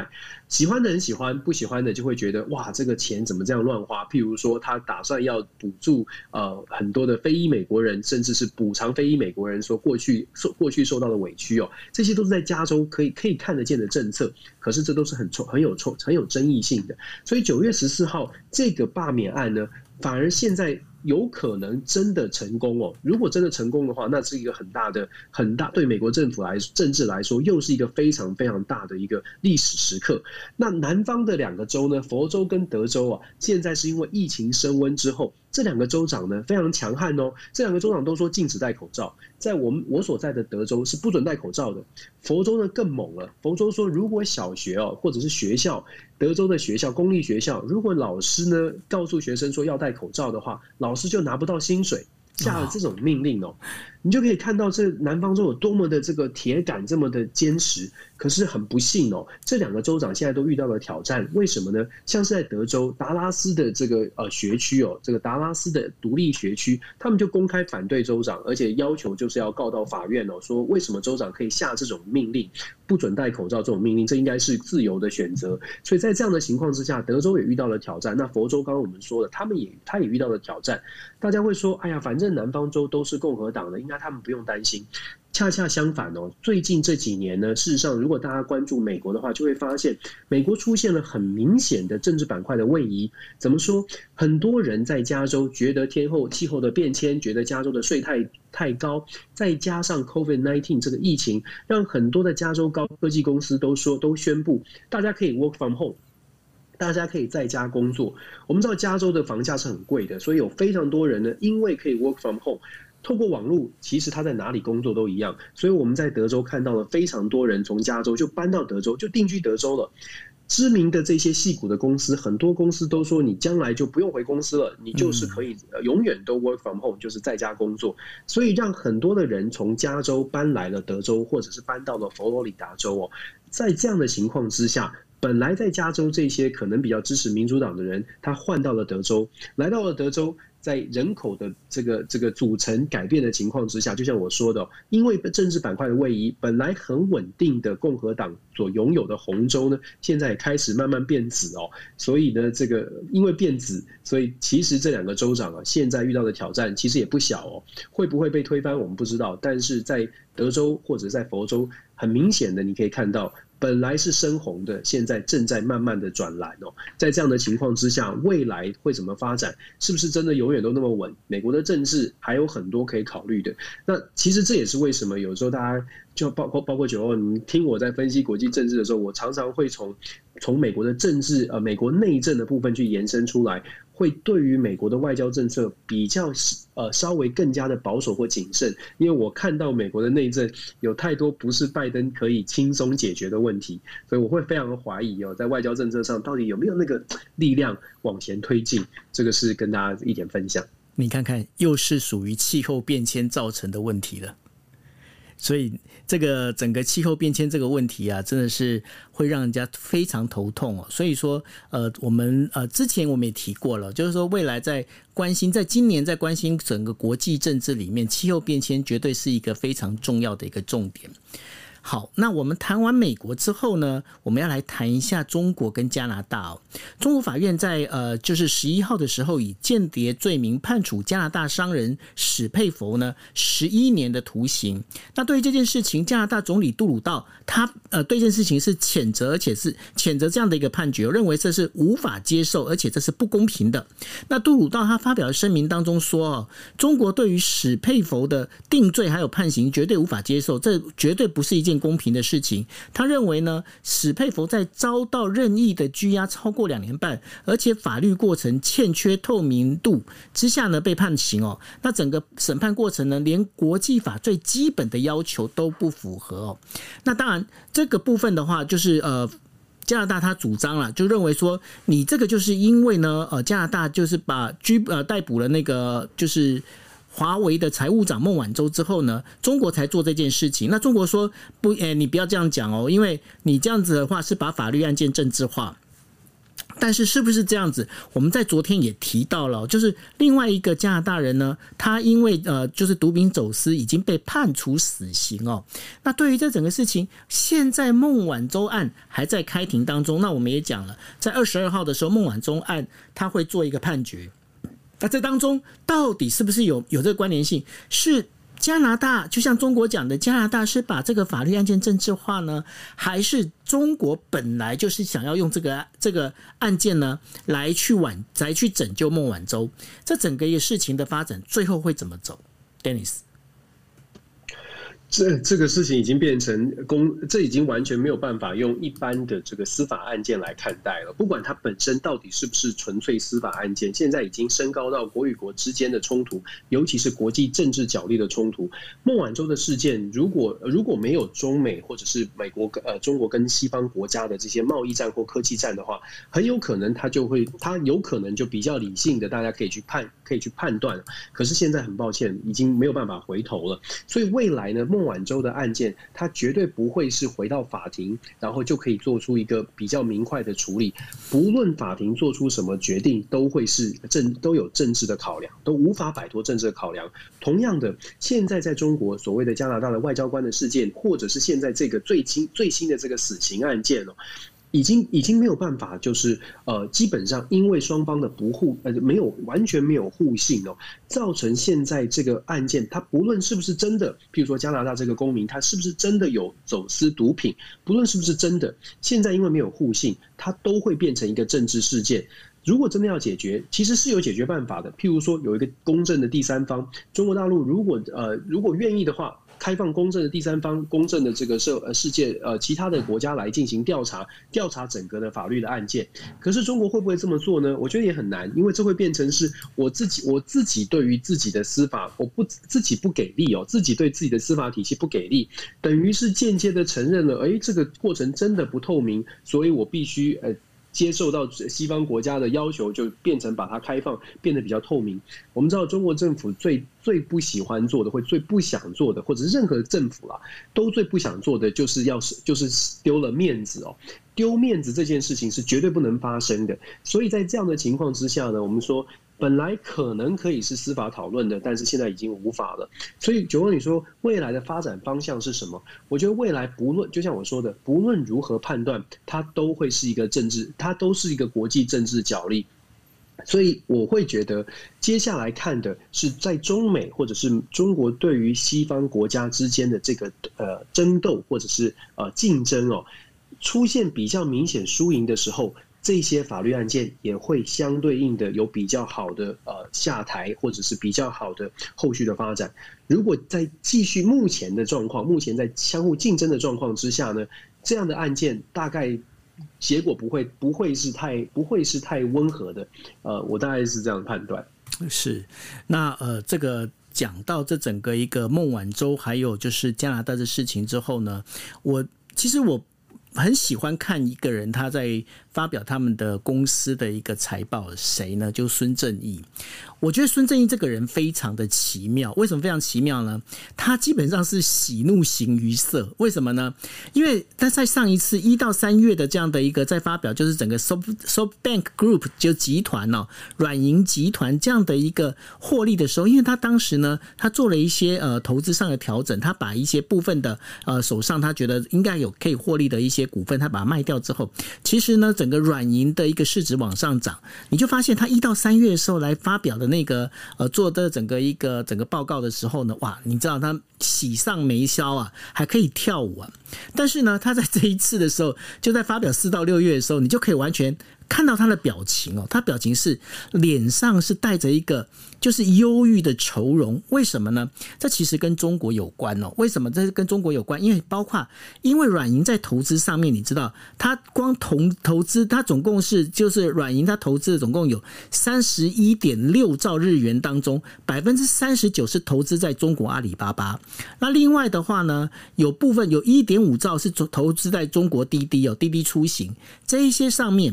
喜欢的人喜欢，不喜欢的就会觉得哇，这个钱怎么这样乱花？譬如说，他打算要补助呃很多的非裔美国人，甚至是补偿非裔美国人说过去受过去受到的委屈哦，这些都是在加州可以可以看得见的政策。可是这都是很很有很有争议性的，所以九月十四号这个罢免案呢，反而现在有可能真的成功哦。如果真的成功的话，那是一个很大的、很大对美国政府来政治来说，又是一个非常非常大的一个历史时刻。那南方的两个州呢，佛州跟德州啊，现在是因为疫情升温之后，这两个州长呢非常强悍哦。这两个州长都说禁止戴口罩，在我们我所在的德州是不准戴口罩的。佛州呢更猛了，佛州说如果小学哦或者是学校，德州的学校公立学校，如果老师呢告诉学生说要戴口罩的话，老师就拿不到薪水。下了这种命令哦，你就可以看到这南方州有多么的这个铁杆，这么的坚持。可是很不幸哦，这两个州长现在都遇到了挑战。为什么呢？像是在德州达拉斯的这个呃学区哦，这个达拉斯的独立学区，他们就公开反对州长，而且要求就是要告到法院哦，说为什么州长可以下这种命令，不准戴口罩这种命令，这应该是自由的选择。所以在这样的情况之下，德州也遇到了挑战。那佛州刚刚我们说的，他们也他也遇到了挑战。大家会说，哎呀，反正南方州都是共和党的，应该他们不用担心。恰恰相反哦，最近这几年呢，事实上，如果大家关注美国的话，就会发现美国出现了很明显的政治板块的位移。怎么说？很多人在加州觉得天候气候的变迁，觉得加州的税太太高，再加上 COVID 十九 这个疫情，让很多的加州高科技公司都说都宣布，大家可以 work from home。大家可以在家工作。我们知道加州的房价是很贵的，所以有非常多人呢，因为可以 work from home， 透过网络，其实他在哪里工作都一样。所以我们在德州看到了非常多人从加州就搬到德州，就定居德州了。知名的这些矽谷的公司，很多公司都说你将来就不用回公司了，你就是可以永远都 work from home， 就是在家工作。所以让很多的人从加州搬来了德州，或者是搬到了佛罗里达州哦。在这样的情况之下，本来在加州这些可能比较支持民主党的人，他换到了德州，来到了德州，在人口的这个这个组成改变的情况之下，就像我说的，因为政治板块的位移，本来很稳定的共和党所拥有的红州呢，现在也开始慢慢变紫哦。所以呢，这个因为变紫，所以其实这两个州长啊，现在遇到的挑战其实也不小哦。会不会被推翻，我们不知道，但是在德州或者在佛州，很明显的你可以看到。本来是深红的，现在正在慢慢的转蓝哦。在这样的情况之下，未来会怎么发展？是不是真的永远都那么稳？美国的政治还有很多可以考虑的。那其实这也是为什么有时候大家就包括包括九欧，你听我在分析国际政治的时候，我常常会从从美国的政治呃美国内政的部分去延伸出来。会对于美国的外交政策比较呃稍微更加的保守或谨慎，因为我看到美国的内政有太多不是拜登可以轻松解决的问题，所以我会非常的怀疑哦，在外交政策上到底有没有那个力量往前推进，这个是跟大家一点分享。 你看看，又是属于气候变迁造成的问题了。所以这个整个气候变迁这个问题啊，真的是会让人家非常头痛哦。所以说，呃，我们呃之前我们也提过了，就是说未来在关心，在今年在关心整个国际政治里面，气候变迁绝对是一个非常重要的一个重点。好，那我们谈完美国之后呢，我们要来谈一下中国跟加拿大哦。中国法院在呃就是十一号的时候，以间谍罪名判处加拿大商人史佩弗呢十一年的徒刑。那对于这件事情，加拿大总理杜鲁道他呃对这件事情是谴责，而且是谴责这样的一个判决，认为这是无法接受，而且这是不公平的。那杜鲁道他发表的声明当中说哦，中国对于史佩弗的定罪还有判刑绝对无法接受，这绝对不是一件公平的事情。他认为呢，史佩弗在遭到任意的拘押超过两年半，而且法律过程欠缺透明度之下呢被判刑哦。那整个审判过程呢，连国际法最基本的要求都不符合哦。那当然这个部分的话，就是呃。加拿大他主张了，就认为说你这个就是因为呢，呃，加拿大就是把拘呃逮捕了那个就是华为的财务长孟晚舟之后呢，中国才做这件事情。那中国说不，欸，你不要这样讲哦，因为你这样子的话是把法律案件政治化。 但是是不是这样子？我们在昨天也提到了，就是另外一个加拿大人呢，他因为呃就是毒品走私已经被判处死刑哦。那对于这整个事情，现在孟晚舟案还在开庭当中。那我们也讲了，在二十二号的时候，孟晚舟案他会做一个判决。那这当中到底是不是有有这个关联性？是加拿大就像中国讲的，加拿大是把这个法律案件政治化呢，还是中国本来就是想要用这个这个案件呢来去挽来去拯救孟晚舟？这整个一个事情的发展最后会怎么走 ？Dennis。 这这个事情已经变成公，这已经完全没有办法用一般的这个司法案件来看待了。不管它本身到底是不是纯粹司法案件，现在已经升高到国与国之间的冲突，尤其是国际政治角力的冲突。孟晚舟的事件，如果如果没有中美或者是美国呃中国跟西方国家的这些贸易战或科技战的话，很有可能它就会，它有可能就比较理性的，大家可以去判可以去判断。可是现在很抱歉，已经没有办法回头了。所以未来呢，孟晚舟的案件，它绝对不会是回到法庭，然后就可以做出一个比较明快的处理。不论法庭做出什么决定，都会是政都有政治的考量，都无法摆脱政治的考量。同样的，现在在中国所谓的加拿大的外交官的事件，或者是现在这个最新最新的这个死刑案件哦。已经已经没有办法，就是呃，基本上因为双方的不互呃没有完全没有互信哦，造成现在这个案件，它不论是不是真的，譬如说加拿大这个公民，他是不是真的有走私毒品，不论是不是真的，现在因为没有互信，它都会变成一个政治事件。如果真的要解决，其实是有解决办法的。譬如说，有一个公正的第三方，中国大陆如果呃如果愿意的话，开放公正的第三方、公正的这个社呃世界呃其他的国家来进行调查，调查整个的法律的案件。可是中国会不会这么做呢？我觉得也很难，因为这会变成是我自己我自己对于自己的司法，我不自己不给力哦，自己对自己的司法体系不给力，等于是间接的承认了，哎，这个过程真的不透明，所以我必须呃。接受到西方国家的要求，就变成把它开放，变得比较透明。我们知道中国政府最最不喜欢做的，或最不想做的，或者是任何政府啦，都最不想做的，就是要就是丢了面子哦。丢面子这件事情是绝对不能发生的。所以在这样的情况之下呢，我们说本来可能可以是司法讨论的，但是现在已经无法了。所以九哥，你说未来的发展方向是什么？我觉得未来不论就像我说的，不论如何判断，它都会是一个政治，它都是一个国际政治角力。所以我会觉得，接下来看的是在中美或者是中国对于西方国家之间的这个呃争斗或者是呃竞争哦，出现比较明显输赢的时候，这些法律案件也会相对应的有比较好的呃下台，或者是比较好的后续的发展。如果在继续目前的状况，目前在相互竞争的状况之下呢，这样的案件大概结果不会不会是太不会是太温和的。呃，我大概是这样判断。 是，那呃这个。讲到这整个一个孟晚舟还有就是加拿大的事情之后呢，我其实我很喜欢看一个人他在发表他们的公司的一个财报，谁呢？就孙正义。我觉得孙正义这个人非常的奇妙，为什么非常奇妙呢？他基本上是喜怒形于色，为什么呢？因为他在上一次一到三月的这样的一个在发表，就是整个 SoftBank Group 就集团哦，软银集团这样的一个获利的时候，因为他当时呢，他做了一些呃投资上的调整，他把一些部分的呃手上他觉得应该有可以获利的一些股份，他把它卖掉之后，其实呢，整个软银的一个市值往上涨，你就发现他一到三月的时候来发表的那个呃做的整个一个整个报告的时候呢，哇，你知道他喜上眉梢啊，还可以跳舞啊。但是呢，他在这一次的时候，就在发表四到六月的时候，你就可以完全看到他的表情哦，他表情是脸上是带着一个就是忧郁的愁容。为什么呢？这其实跟中国有关哦。为什么这跟中国有关？因为包括因为软银在投资上面，你知道，他光投投资，他总共是就是软银他投资的总共有三十一点六兆日元当中，百分之三十九是投资在中国阿里巴巴。那另外的话呢，有部分有一点五兆是投资在中国滴滴哦，滴滴出行这一些上面。那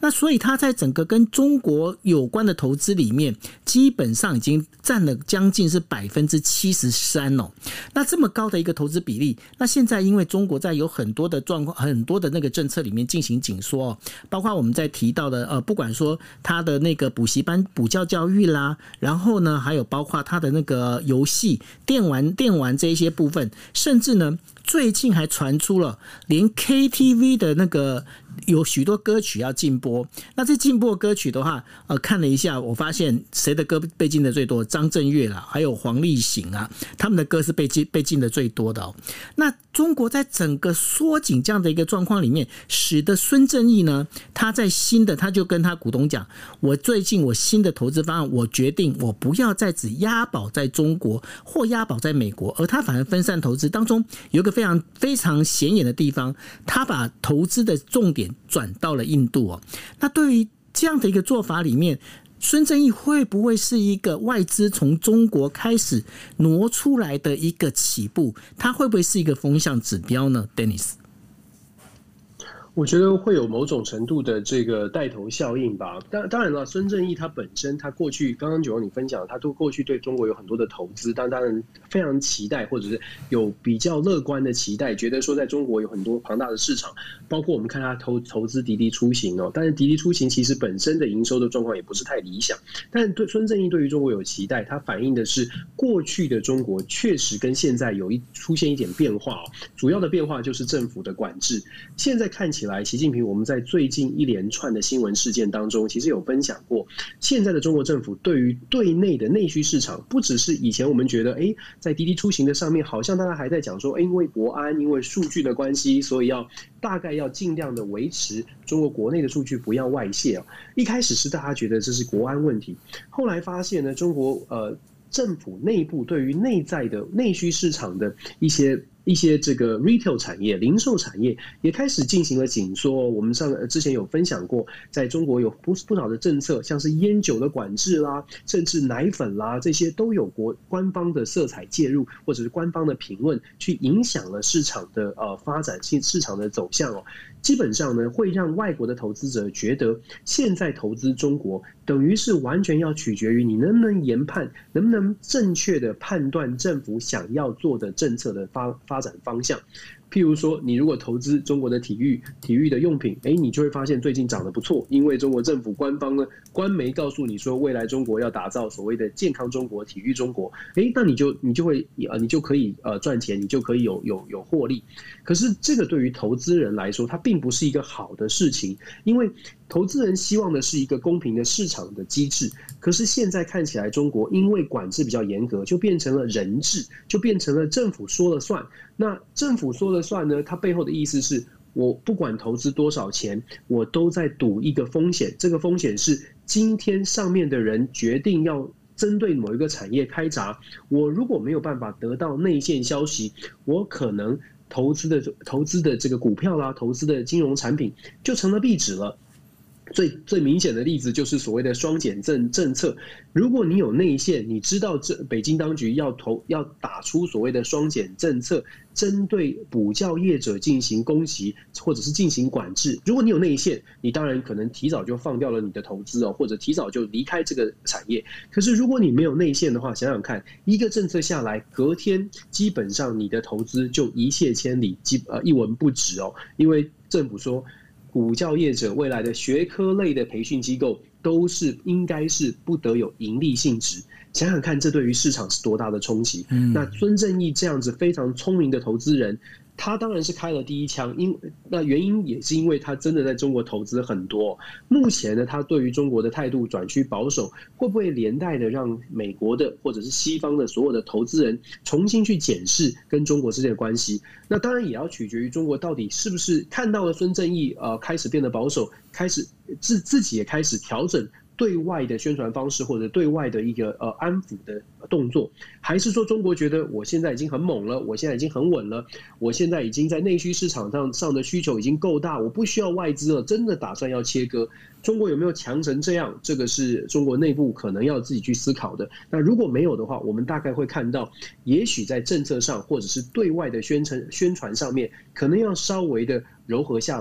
那所以他在整个跟中国有关的投资里面，基本上已经占了将近是百分之七十三哦。那这么高的一个投资比例，那现在因为中国在有很多的状况、很多的那个政策里面进行紧缩哦，包括我们在提到的呃，不管说他的那个补习班、补教教育啦，然后呢，还有包括他的那个游戏、电玩、电玩这一些部分，甚至呢，最近还传出了连 K T V 的那个有许多歌曲要禁播。那这禁播歌曲的话，呃，看了一下，我发现谁的歌被禁的最多？张震岳啦，还有黄立行啊，他们的歌是被禁被禁的最多的哦。那中国在整个缩紧这样的一个状况里面，使得孙正义呢，他在新的他就跟他股东讲，我最近我新的投资方案，我决定我不要再只押宝在中国或押宝在美国，而他反而分散投资当中有一个非常非常显眼的地方，他把投资的重点转到了印度哦。那对于这样的一个做法里面，孙正义会不会是一个外资从中国开始挪出来的一个起步？它会不会是一个风向指标呢 ？Dennis？ 我觉得会有某种程度的这个带头效应吧。当当然了，孙正义他本身，他过去刚刚九欧你分享，他都过去对中国有很多的投资，但当然非常期待，或者是有比较乐观的期待，觉得说在中国有很多庞大的市场，包括我们看他投投资滴滴出行哦，但是滴滴出行其实本身的营收的状况也不是太理想。但是对孙正义对于中国有期待，他反映的是过去的中国确实跟现在有一出现一点变化哦，主要的变化就是政府的管制。现在看起来。习近平我们在最近一连串的新闻事件当中，其实有分享过，现在的中国政府对于对内的内需市场，不只是以前我们觉得，哎，在滴滴出行的上面，好像大家还在讲说，因为国安、因为数据的关系，所以要大概要尽量的维持中国国内的数据不要外泄哦。一开始是大家觉得这是国安问题，后来发现呢，中国呃政府内部对于内在的内需市场的一些。一些这个 retail 产业、零售产业也开始进行了紧缩。我们上之前有分享过，在中国有不不少的政策，像是烟酒的管制啦，甚至奶粉啦，这些都有国官方的色彩介入，或者是官方的评论，去影响了市场的呃发展、市场的走向哦。基本上呢，会让外国的投资者觉得，现在投资中国等于是完全要取决于你能不能研判，能不能正确的判断政府想要做的政策的发发展方向。譬如说，你如果投资中国的体育、体育的用品，哎，你就会发现最近涨得不错，因为中国政府官方呢，官媒告诉你说，未来中国要打造所谓的健康中国、体育中国，哎，那你就你就会呃，你就可以呃赚钱，你就可以有有有获利。可是这个对于投资人来说，它并不是一个好的事情，因为投资人希望的是一个公平的市场的机制。可是现在看起来，中国因为管制比较严格，就变成了人治，就变成了政府说了算。那政府说了算呢，它背后的意思是，我不管投资多少钱，我都在赌一个风险。这个风险是今天上面的人决定要针对某一个产业开闸，我如果没有办法得到内线消息，我可能投资的投资的这个股票啦，投资的金融产品就成了壁纸了。最最明显的例子就是所谓的双减政政策。如果你有内线，你知道这北京当局要投要打出所谓的双减政策，针对补教业者进行攻击或者是进行管制。如果你有内线，你当然可能提早就放掉了你的投资哦，或者提早就离开这个产业。可是如果你没有内线的话，想想看，一个政策下来，隔天基本上你的投资就一泻千里，呃一文不值哦，因为政府说。补教业者未来的学科类的培训机构都是应该是不得有盈利性质，想想看这对于市场是多大的冲击。嗯、那孙正义这样子非常聪明的投资人，他当然是开了第一枪，因那原因也是因为他真的在中国投资很多。目前呢，他对于中国的态度转趋保守，会不会连带的让美国的或者是西方的所有的投资人重新去检视跟中国之间的关系？那当然也要取决于中国到底是不是看到了孙正义呃开始变得保守，开始自自己也开始调整对外的宣传方式，或者对外的一个呃安抚的动作，还是说中国觉得我现在已经很猛了，我现在已经很稳了，我现在已经在内需市场上上的需求已经够大，我不需要外资了，真的打算要切割？中国有没有强成这样？这个是中国内部可能要自己去思考的。那如果没有的话，我们大概会看到，也许在政策上或者是对外的宣传宣传上面，可能要稍微的柔和下来，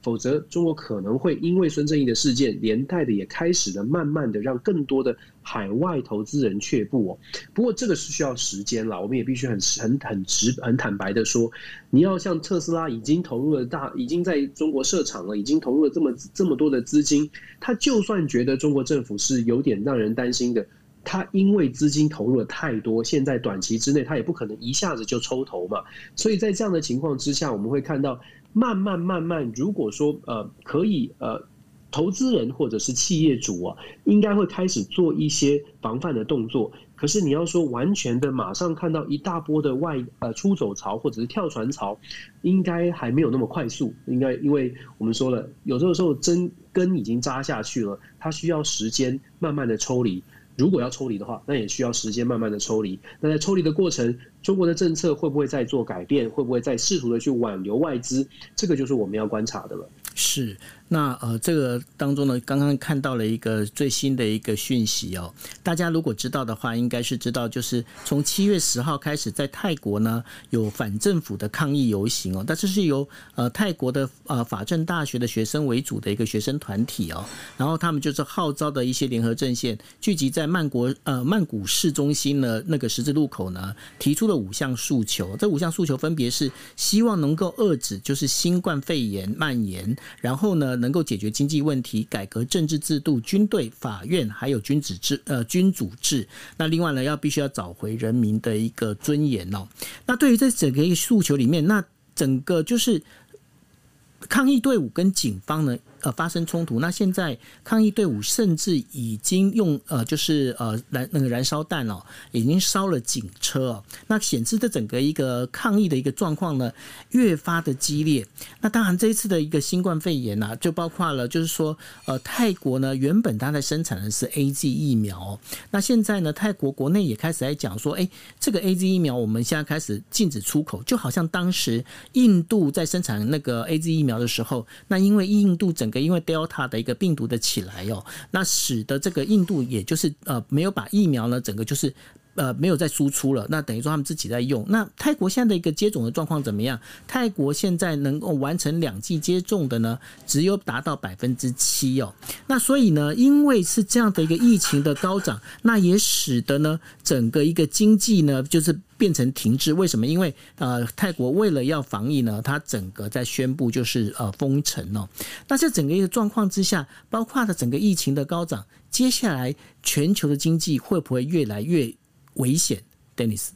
否则中国可能会因为孙正义的事件，连带的也开始了慢慢的让更多的海外投资人却步哦。不过这个是需要时间啦，我们也必须很很很直很坦白的说，你要像特斯拉已经投入了大，已经在中国设厂了，已经投入了这么这么多的资金，他就算觉得中国政府是有点让人担心的。他因为资金投入了太多，现在短期之内他也不可能一下子就抽头嘛，所以在这样的情况之下，我们会看到慢慢慢慢，如果说呃可以呃投资人或者是企业主啊，应该会开始做一些防范的动作。可是你要说完全的马上看到一大波的外呃出走潮或者是跳船潮，应该还没有那么快速。应该因为我们说了，有的时候针根已经扎下去了，它需要时间慢慢的抽离。如果要抽离的话，那也需要时间慢慢的抽离。那在抽离的过程，中国的政策会不会再做改变？会不会再试图的去挽留外资？这个就是我们要观察的了。 是，那呃，这个当中呢，刚刚看到了一个最新的一个讯息哦。大家如果知道的话，应该是知道，就是从七月十号开始，在泰国呢有反政府的抗议游行哦。但这是由呃泰国的呃法政大学的学生为主的一个学生团体哦，然后他们就是号召的一些联合阵线聚集在曼国呃曼谷市中心的那个十字路口呢，提出了五项诉求。这五项诉求分别是希望能够遏止就是新冠肺炎蔓延。然后呢，能够解决经济问题，改革政治制度、军队、法院，还有君主制。呃，君主制。那另外呢，要必须要找回人民的一个尊严哦。那对于这整个诉求里面，那整个就是抗议队伍跟警方呢，呃，发生冲突。那现在抗议队伍甚至已经用呃，就是呃燃那个燃烧弹哦，已经烧了警车哦。那显示这整个一个抗议的一个状况呢，越发的激烈。那当然这一次的一个新冠肺炎啊，就包括了就是说，呃，泰国呢原本它在生产的是 A Z 疫苗哦，那现在呢泰国国内也开始在讲说，哎，这个 A Z 疫苗我们现在开始禁止出口，就好像当时印度在生产那个 A Z 疫苗的时候，那因为印度整个因为 Delta 的一个病毒的起来哦，那使得这个印度也就是呃没有把疫苗呢整个就是呃没有再输出了，那等于说他们自己在用。那泰国现在的一个接种的状况怎么样？泰国现在能够完成两剂接种的呢，只有达到百分之七哦。那所以呢，因为是这样的一个疫情的高涨，那也使得呢整个一个经济呢就是变成停滞。为什么？因为呃，泰国为了要防疫呢，它整个在宣布就是呃封城哦。那在整个一个状况之下，包括了整个疫情的高涨，接下来全球的经济会不会越来越危险 ？Dennis，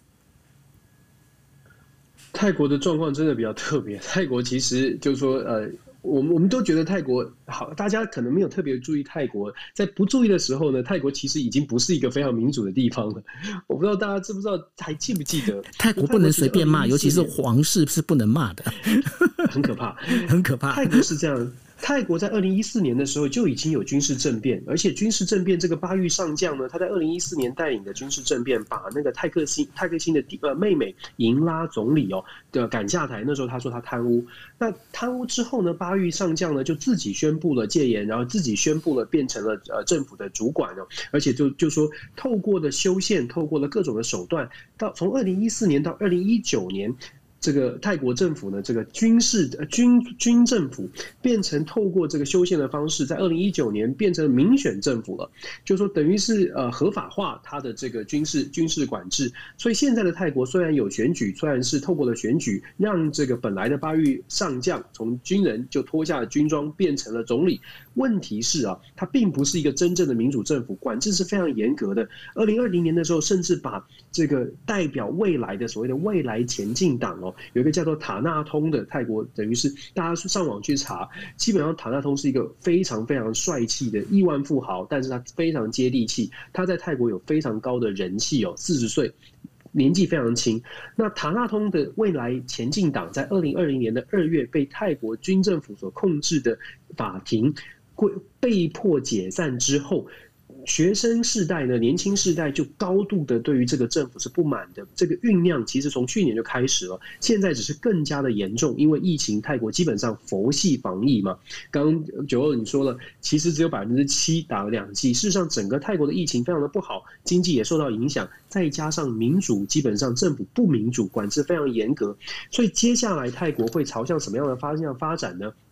泰国的状况真的比较特别。泰国其实就是说呃。我们我们都觉得泰国好，大家可能没有特别注意泰国，在不注意的时候呢，泰国其实已经不是一个非常民主的地方了。我不知道大家知不知道，还记不记得？ 泰国不能随便骂，尤其是皇室是不能骂的， 很可怕， 很可怕。 泰国是这样。泰国在二零一四年的时候就已经有军事政变，而且军事政变这个巴育上将呢，他在二零一四年带领的军事政变，把那个泰克辛泰克辛的呃妹妹银拉总理哦的赶下台。那时候他说他贪污，那贪污之后呢，巴育上将呢就自己宣布了戒严，然后自己宣布了变成了呃政府的主管哦，而且就就说透过了修宪，透过了各种的手段，到从二零一四年到二零一九年。这个泰国政府呢，这个军事军军政府变成透过这个修宪的方式，在二零一九年变成民选政府了，就说等于是呃合法化它的这个军事军事管制。所以现在的泰国虽然有选举，虽然是透过了选举，让这个本来的巴育上将从军人就脱下了军装变成了总理。问题是啊，它并不是一个真正的民主政府，管制是非常严格的。二零二零年的时候，甚至把这个代表未来的所谓的未来前进党哦。有一个叫做塔纳通的泰国，等于是大家上网去查，基本上塔纳通是一个非常非常帅气的亿万富豪，但是他非常接地气，他在泰国有非常高的人气哦，四十岁。年纪非常轻。那塔纳通的未来前进党在二零二零年的二月被泰国军政府所控制的法庭被迫解散之后，学生世代呢，年轻世代就高度的对于这个政府是不满的。这个酝酿其实从去年就开始了，现在只是更加的严重，因为疫情，泰国基本上佛系防疫嘛。刚刚九二你说了，其实只有百分之七打了两剂，事实上整个泰国的疫情非常的不好，经济也受到影响，再加上民主基本上政府不民主，管制非常严格，所以接下来泰国会朝向什么样的方向发展呢？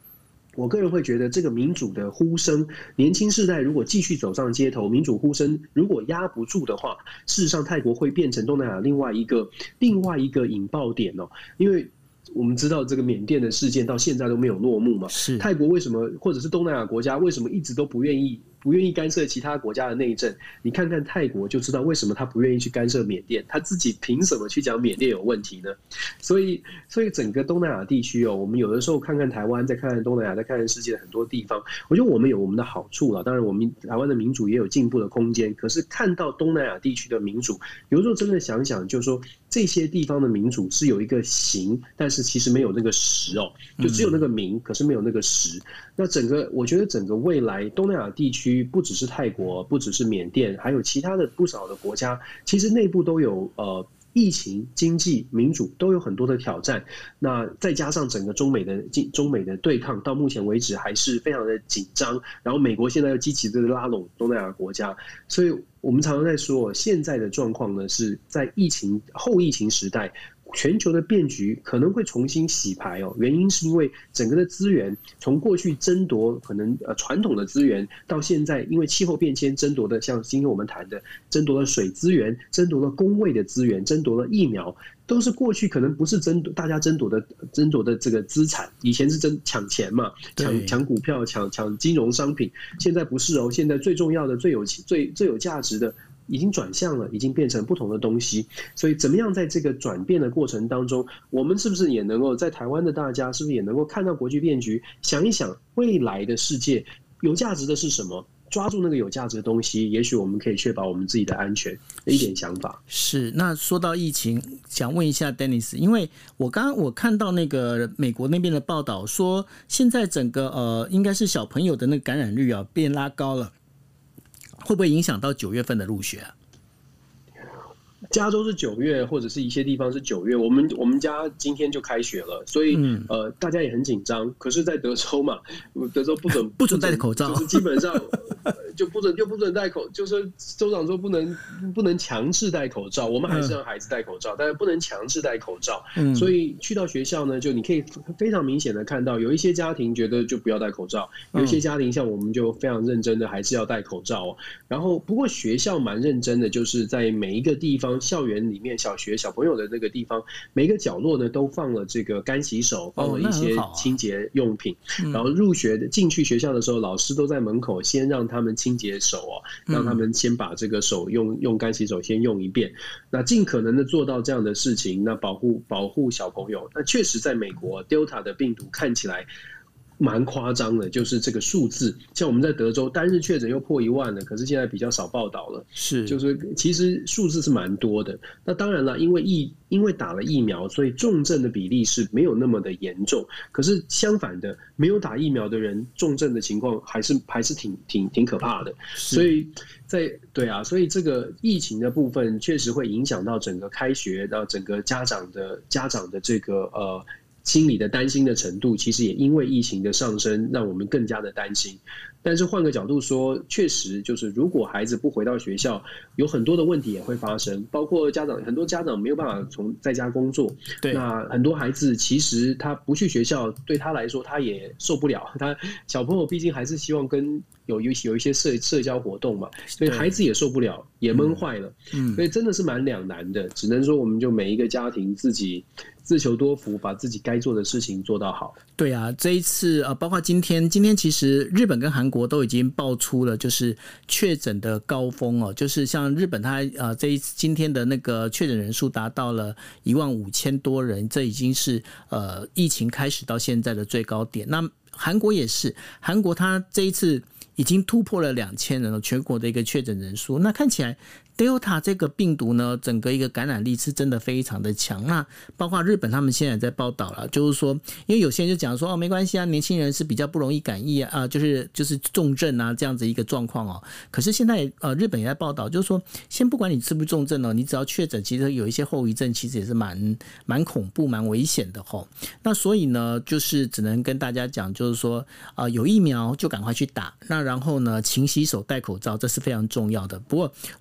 我个人会觉得，这个民主的呼声，年轻世代如果继续走上街头，民主呼声如果压不住的话，事实上泰国会变成东南亚另外一个另外一个引爆点哦。因为我们知道这个缅甸的事件到现在都没有落幕嘛， 是泰国为什么或者是东南亚国家为什么一直都不愿意？不愿意干涉其他国家的内政，你看看泰国就知道为什么他不愿意去干涉缅甸，他自己凭什么去讲缅甸有问题呢？所以，所以整个东南亚地区哦，我们有的时候看看台湾，再看看东南亚，再看看世界的很多地方，我觉得我们有我们的好处了。当然，我们台湾的民主也有进步的空间。可是看到东南亚地区的民主，有时候真的想想，就是说这些地方的民主是有一个形，但是其实没有那个实哦，就只有那个名，可是没有那个实。那整个，我觉得整个未来东南亚地区。不只是泰国，不只是缅甸，还有其他的不少的国家，其实内部都有呃疫情、经济、民主都有很多的挑战。那再加上整个中美的中美的对抗，到目前为止还是非常的紧张。然后美国现在又积极的拉拢东南亚国家，所以我们常常在说，现在的状况呢是在疫情后疫情时代。全球的变局可能会重新洗牌哦，原因是因为整个的资源从过去争夺可能呃传统的资源，到现在因为气候变迁争夺的，像今天我们谈的争夺了水资源，争夺了工位的资源，争夺了疫苗，都是过去可能不是争夺大家争夺的争夺的这个资产，以前是争抢钱嘛，抢抢股票，抢抢金融商品，现在不是哦，现在最重要的、最有最最有价值的。已经转向了，已经变成不同的东西。所以，怎么样在这个转变的过程当中，我们是不是也能够在台湾的大家，是不是也能够看到国际变局，想一想未来的世界有价值的是什么？抓住那个有价值的东西，也许我们可以确保我们自己的安全的一点想法。 是。那说到疫情，想问一下 Dennis， 因为我刚刚我看到那个美国那边的报道说，现在整个呃应该是小朋友的那个感染率啊变拉高了。会不会影响到九月份的入学啊？ 加州是九月，或者是一些地方是九月。我们我们家今天就开学了，所以、嗯、呃，大家也很紧张。可是，在德州嘛，德州不准不准戴口罩， 就是基本上就不准就不准戴口，就是州长说不能不能强制戴口罩。我们还是让孩子戴口罩，嗯、但是不能强制戴口罩。嗯、所以去到学校呢，就你可以非常明显的看到，有一些家庭觉得就不要戴口罩，有一些家庭像我们就非常认真的还是要戴口罩、哦。然后，不过学校蛮认真的，就是在每一个地方。校园里面，小学小朋友的那个地方，每个角落呢都放了这个干洗手，放了一些清洁用品。哦啊、然后入学的进去学校的时候，老师都在门口先让他们清洁手哦，让他们先把这个手用用干洗手先用一遍。那尽可能的做到这样的事情，那保护保护小朋友。那确实在美国 Delta 的病毒看起来。蛮夸张的，就是这个数字，像我们在德州单日确诊又破一万了，可是现在比较少报道了。 是， 就是其实数字是蛮多的。那当然了，因为疫因为打了疫苗，所以重症的比例是没有那么的严重。可是相反的，没有打疫苗的人重症的情况还是还是挺挺挺可怕的。所以在对啊，所以这个疫情的部分确实会影响到整个开学，到整个家长的家长的这个呃。心理的担心的程度，其实也因为疫情的上升，让我们更加的担心。但是换个角度说，确实就是如果孩子不回到学校，有很多的问题也会发生，包括家长很多家长没有办法从在家工作， 对， 那很多孩子其实他不去学校，对他来说他也受不了。他小朋友毕竟还是希望跟有有有一些社社交活动嘛，所以孩子也受不了，也闷坏了。嗯，所以真的是蛮两难的。只能说我们就每一个家庭自己自求多福，把自己该做的事情做到好。 对啊，这一次呃，包括今天，今天其实日本跟韩国都已经爆出了就是确诊的高峰哦，就是像日本它呃这一次今天的那个确诊人数达到了一万五千多人，这已经是呃疫情开始到现在的最高点。那韩国也是，韩国它这一次已经突破了两千人了，全国的一个确诊人数。那看起来 Delta 这个病毒呢，整个一个感染力是真的非常的强。那包括日本他们现在在报道了，就是说，因为有些人就讲说哦，没关系啊，年轻人是比较不容易感染啊，就是就是重症啊这样子一个状况哦。可是现在呃，日本也在报道，就是说，先不管你是不是重症哦，你只要确诊，其实有一些后遗症，其实也是蛮蛮恐怖、蛮危险的吼。那所以呢，就是只能跟大家讲，就是说啊、呃，有疫苗就赶快去打。那然后呢，勤洗手、戴口罩，这是非常重要的。不过我今天我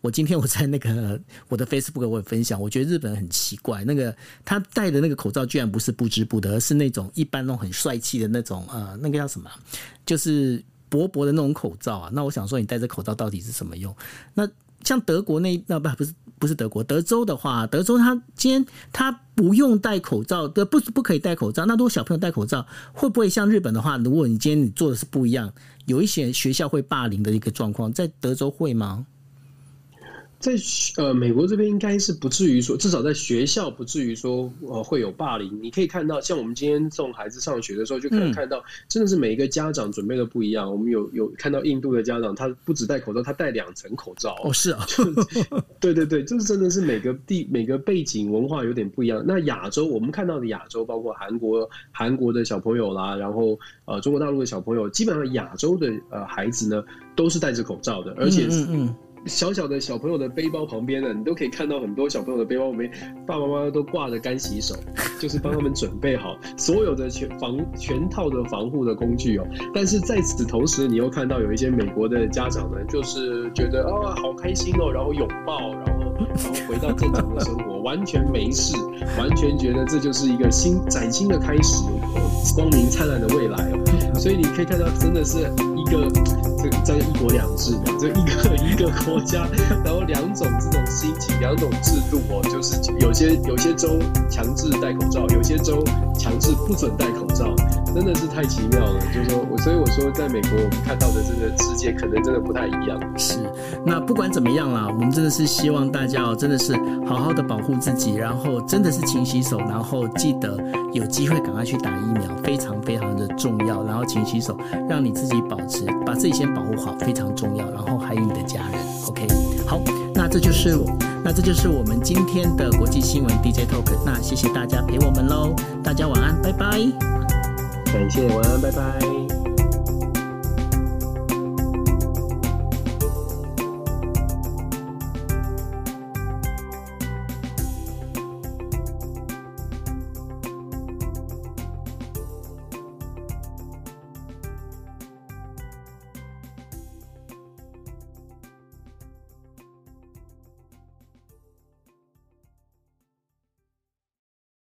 在那个我的 Facebook 我也分享，我觉得日本人很奇怪，那个他戴的那个口罩居然不是不织布的，而是那种一般那种很帅气的那种呃，那个叫什么，就是薄薄的那种口罩啊。那我想说，你戴这口罩到底是什么用？那像德国那那不不是不是德国，德州的话，德州他今天他不用戴口罩的，不不可以戴口罩。那如果小朋友戴口罩，会不会像日本的话，如果你今天你做的是不一样，有一些学校会霸凌的一个状况，在德州会吗？ 在呃美国这边应该是不至于说，至少在学校不至于说呃会有霸凌。你可以看到，像我们今天送孩子上学的时候，就可能看到，真的是每一个家长准备的不一样。我们有有看到印度的家长，他不只戴口罩，他戴两层口罩。 哦，是啊， 对对对，就是真的是每个地每个背景文化有点不一样。那亚洲我们看到的亚洲，包括韩国韩国的小朋友啦，然后呃中国大陆的小朋友，基本上亚洲的呃孩子呢都是戴着口罩的，而且嗯嗯嗯小小的小朋友的背包旁边呢，你都可以看到很多小朋友的背包旁边，爸爸妈妈都挂着干洗手，就是帮他们准备好所有的全防全套的防护的工具哦。但是在此同时，你又看到有一些美国的家长呢，就是觉得啊好开心哦，然后拥抱，然后然后回到正常的生活，完全没事，完全觉得这就是一个新崭新的开始，光明灿烂的未来哦。所以你可以看到，真的是一个这这一国两制嘛，这一个一个国家，然后两种这种心情，两种制度哦，就是有些有些州强制戴口罩，有些州强制不准戴口罩，真的是太奇妙了。就是说，所以我说，在美国我们看到的这个世界可能真的不太一样。 是，那不管怎么样啦，我们真的是希望大家哦，真的是好好的保护自己，然后真的是勤洗手，然后记得有机会赶快去打疫苗，非常非常的重要。然后勤洗手，让你自己保持，把自己先保护好，非常重要。然后还有你的家人 ，OK， 好，那这就是那这就是我们今天的国际新闻 D J Talk。那谢谢大家陪我们喽，大家晚安，拜拜。 感谢，晚安，拜拜。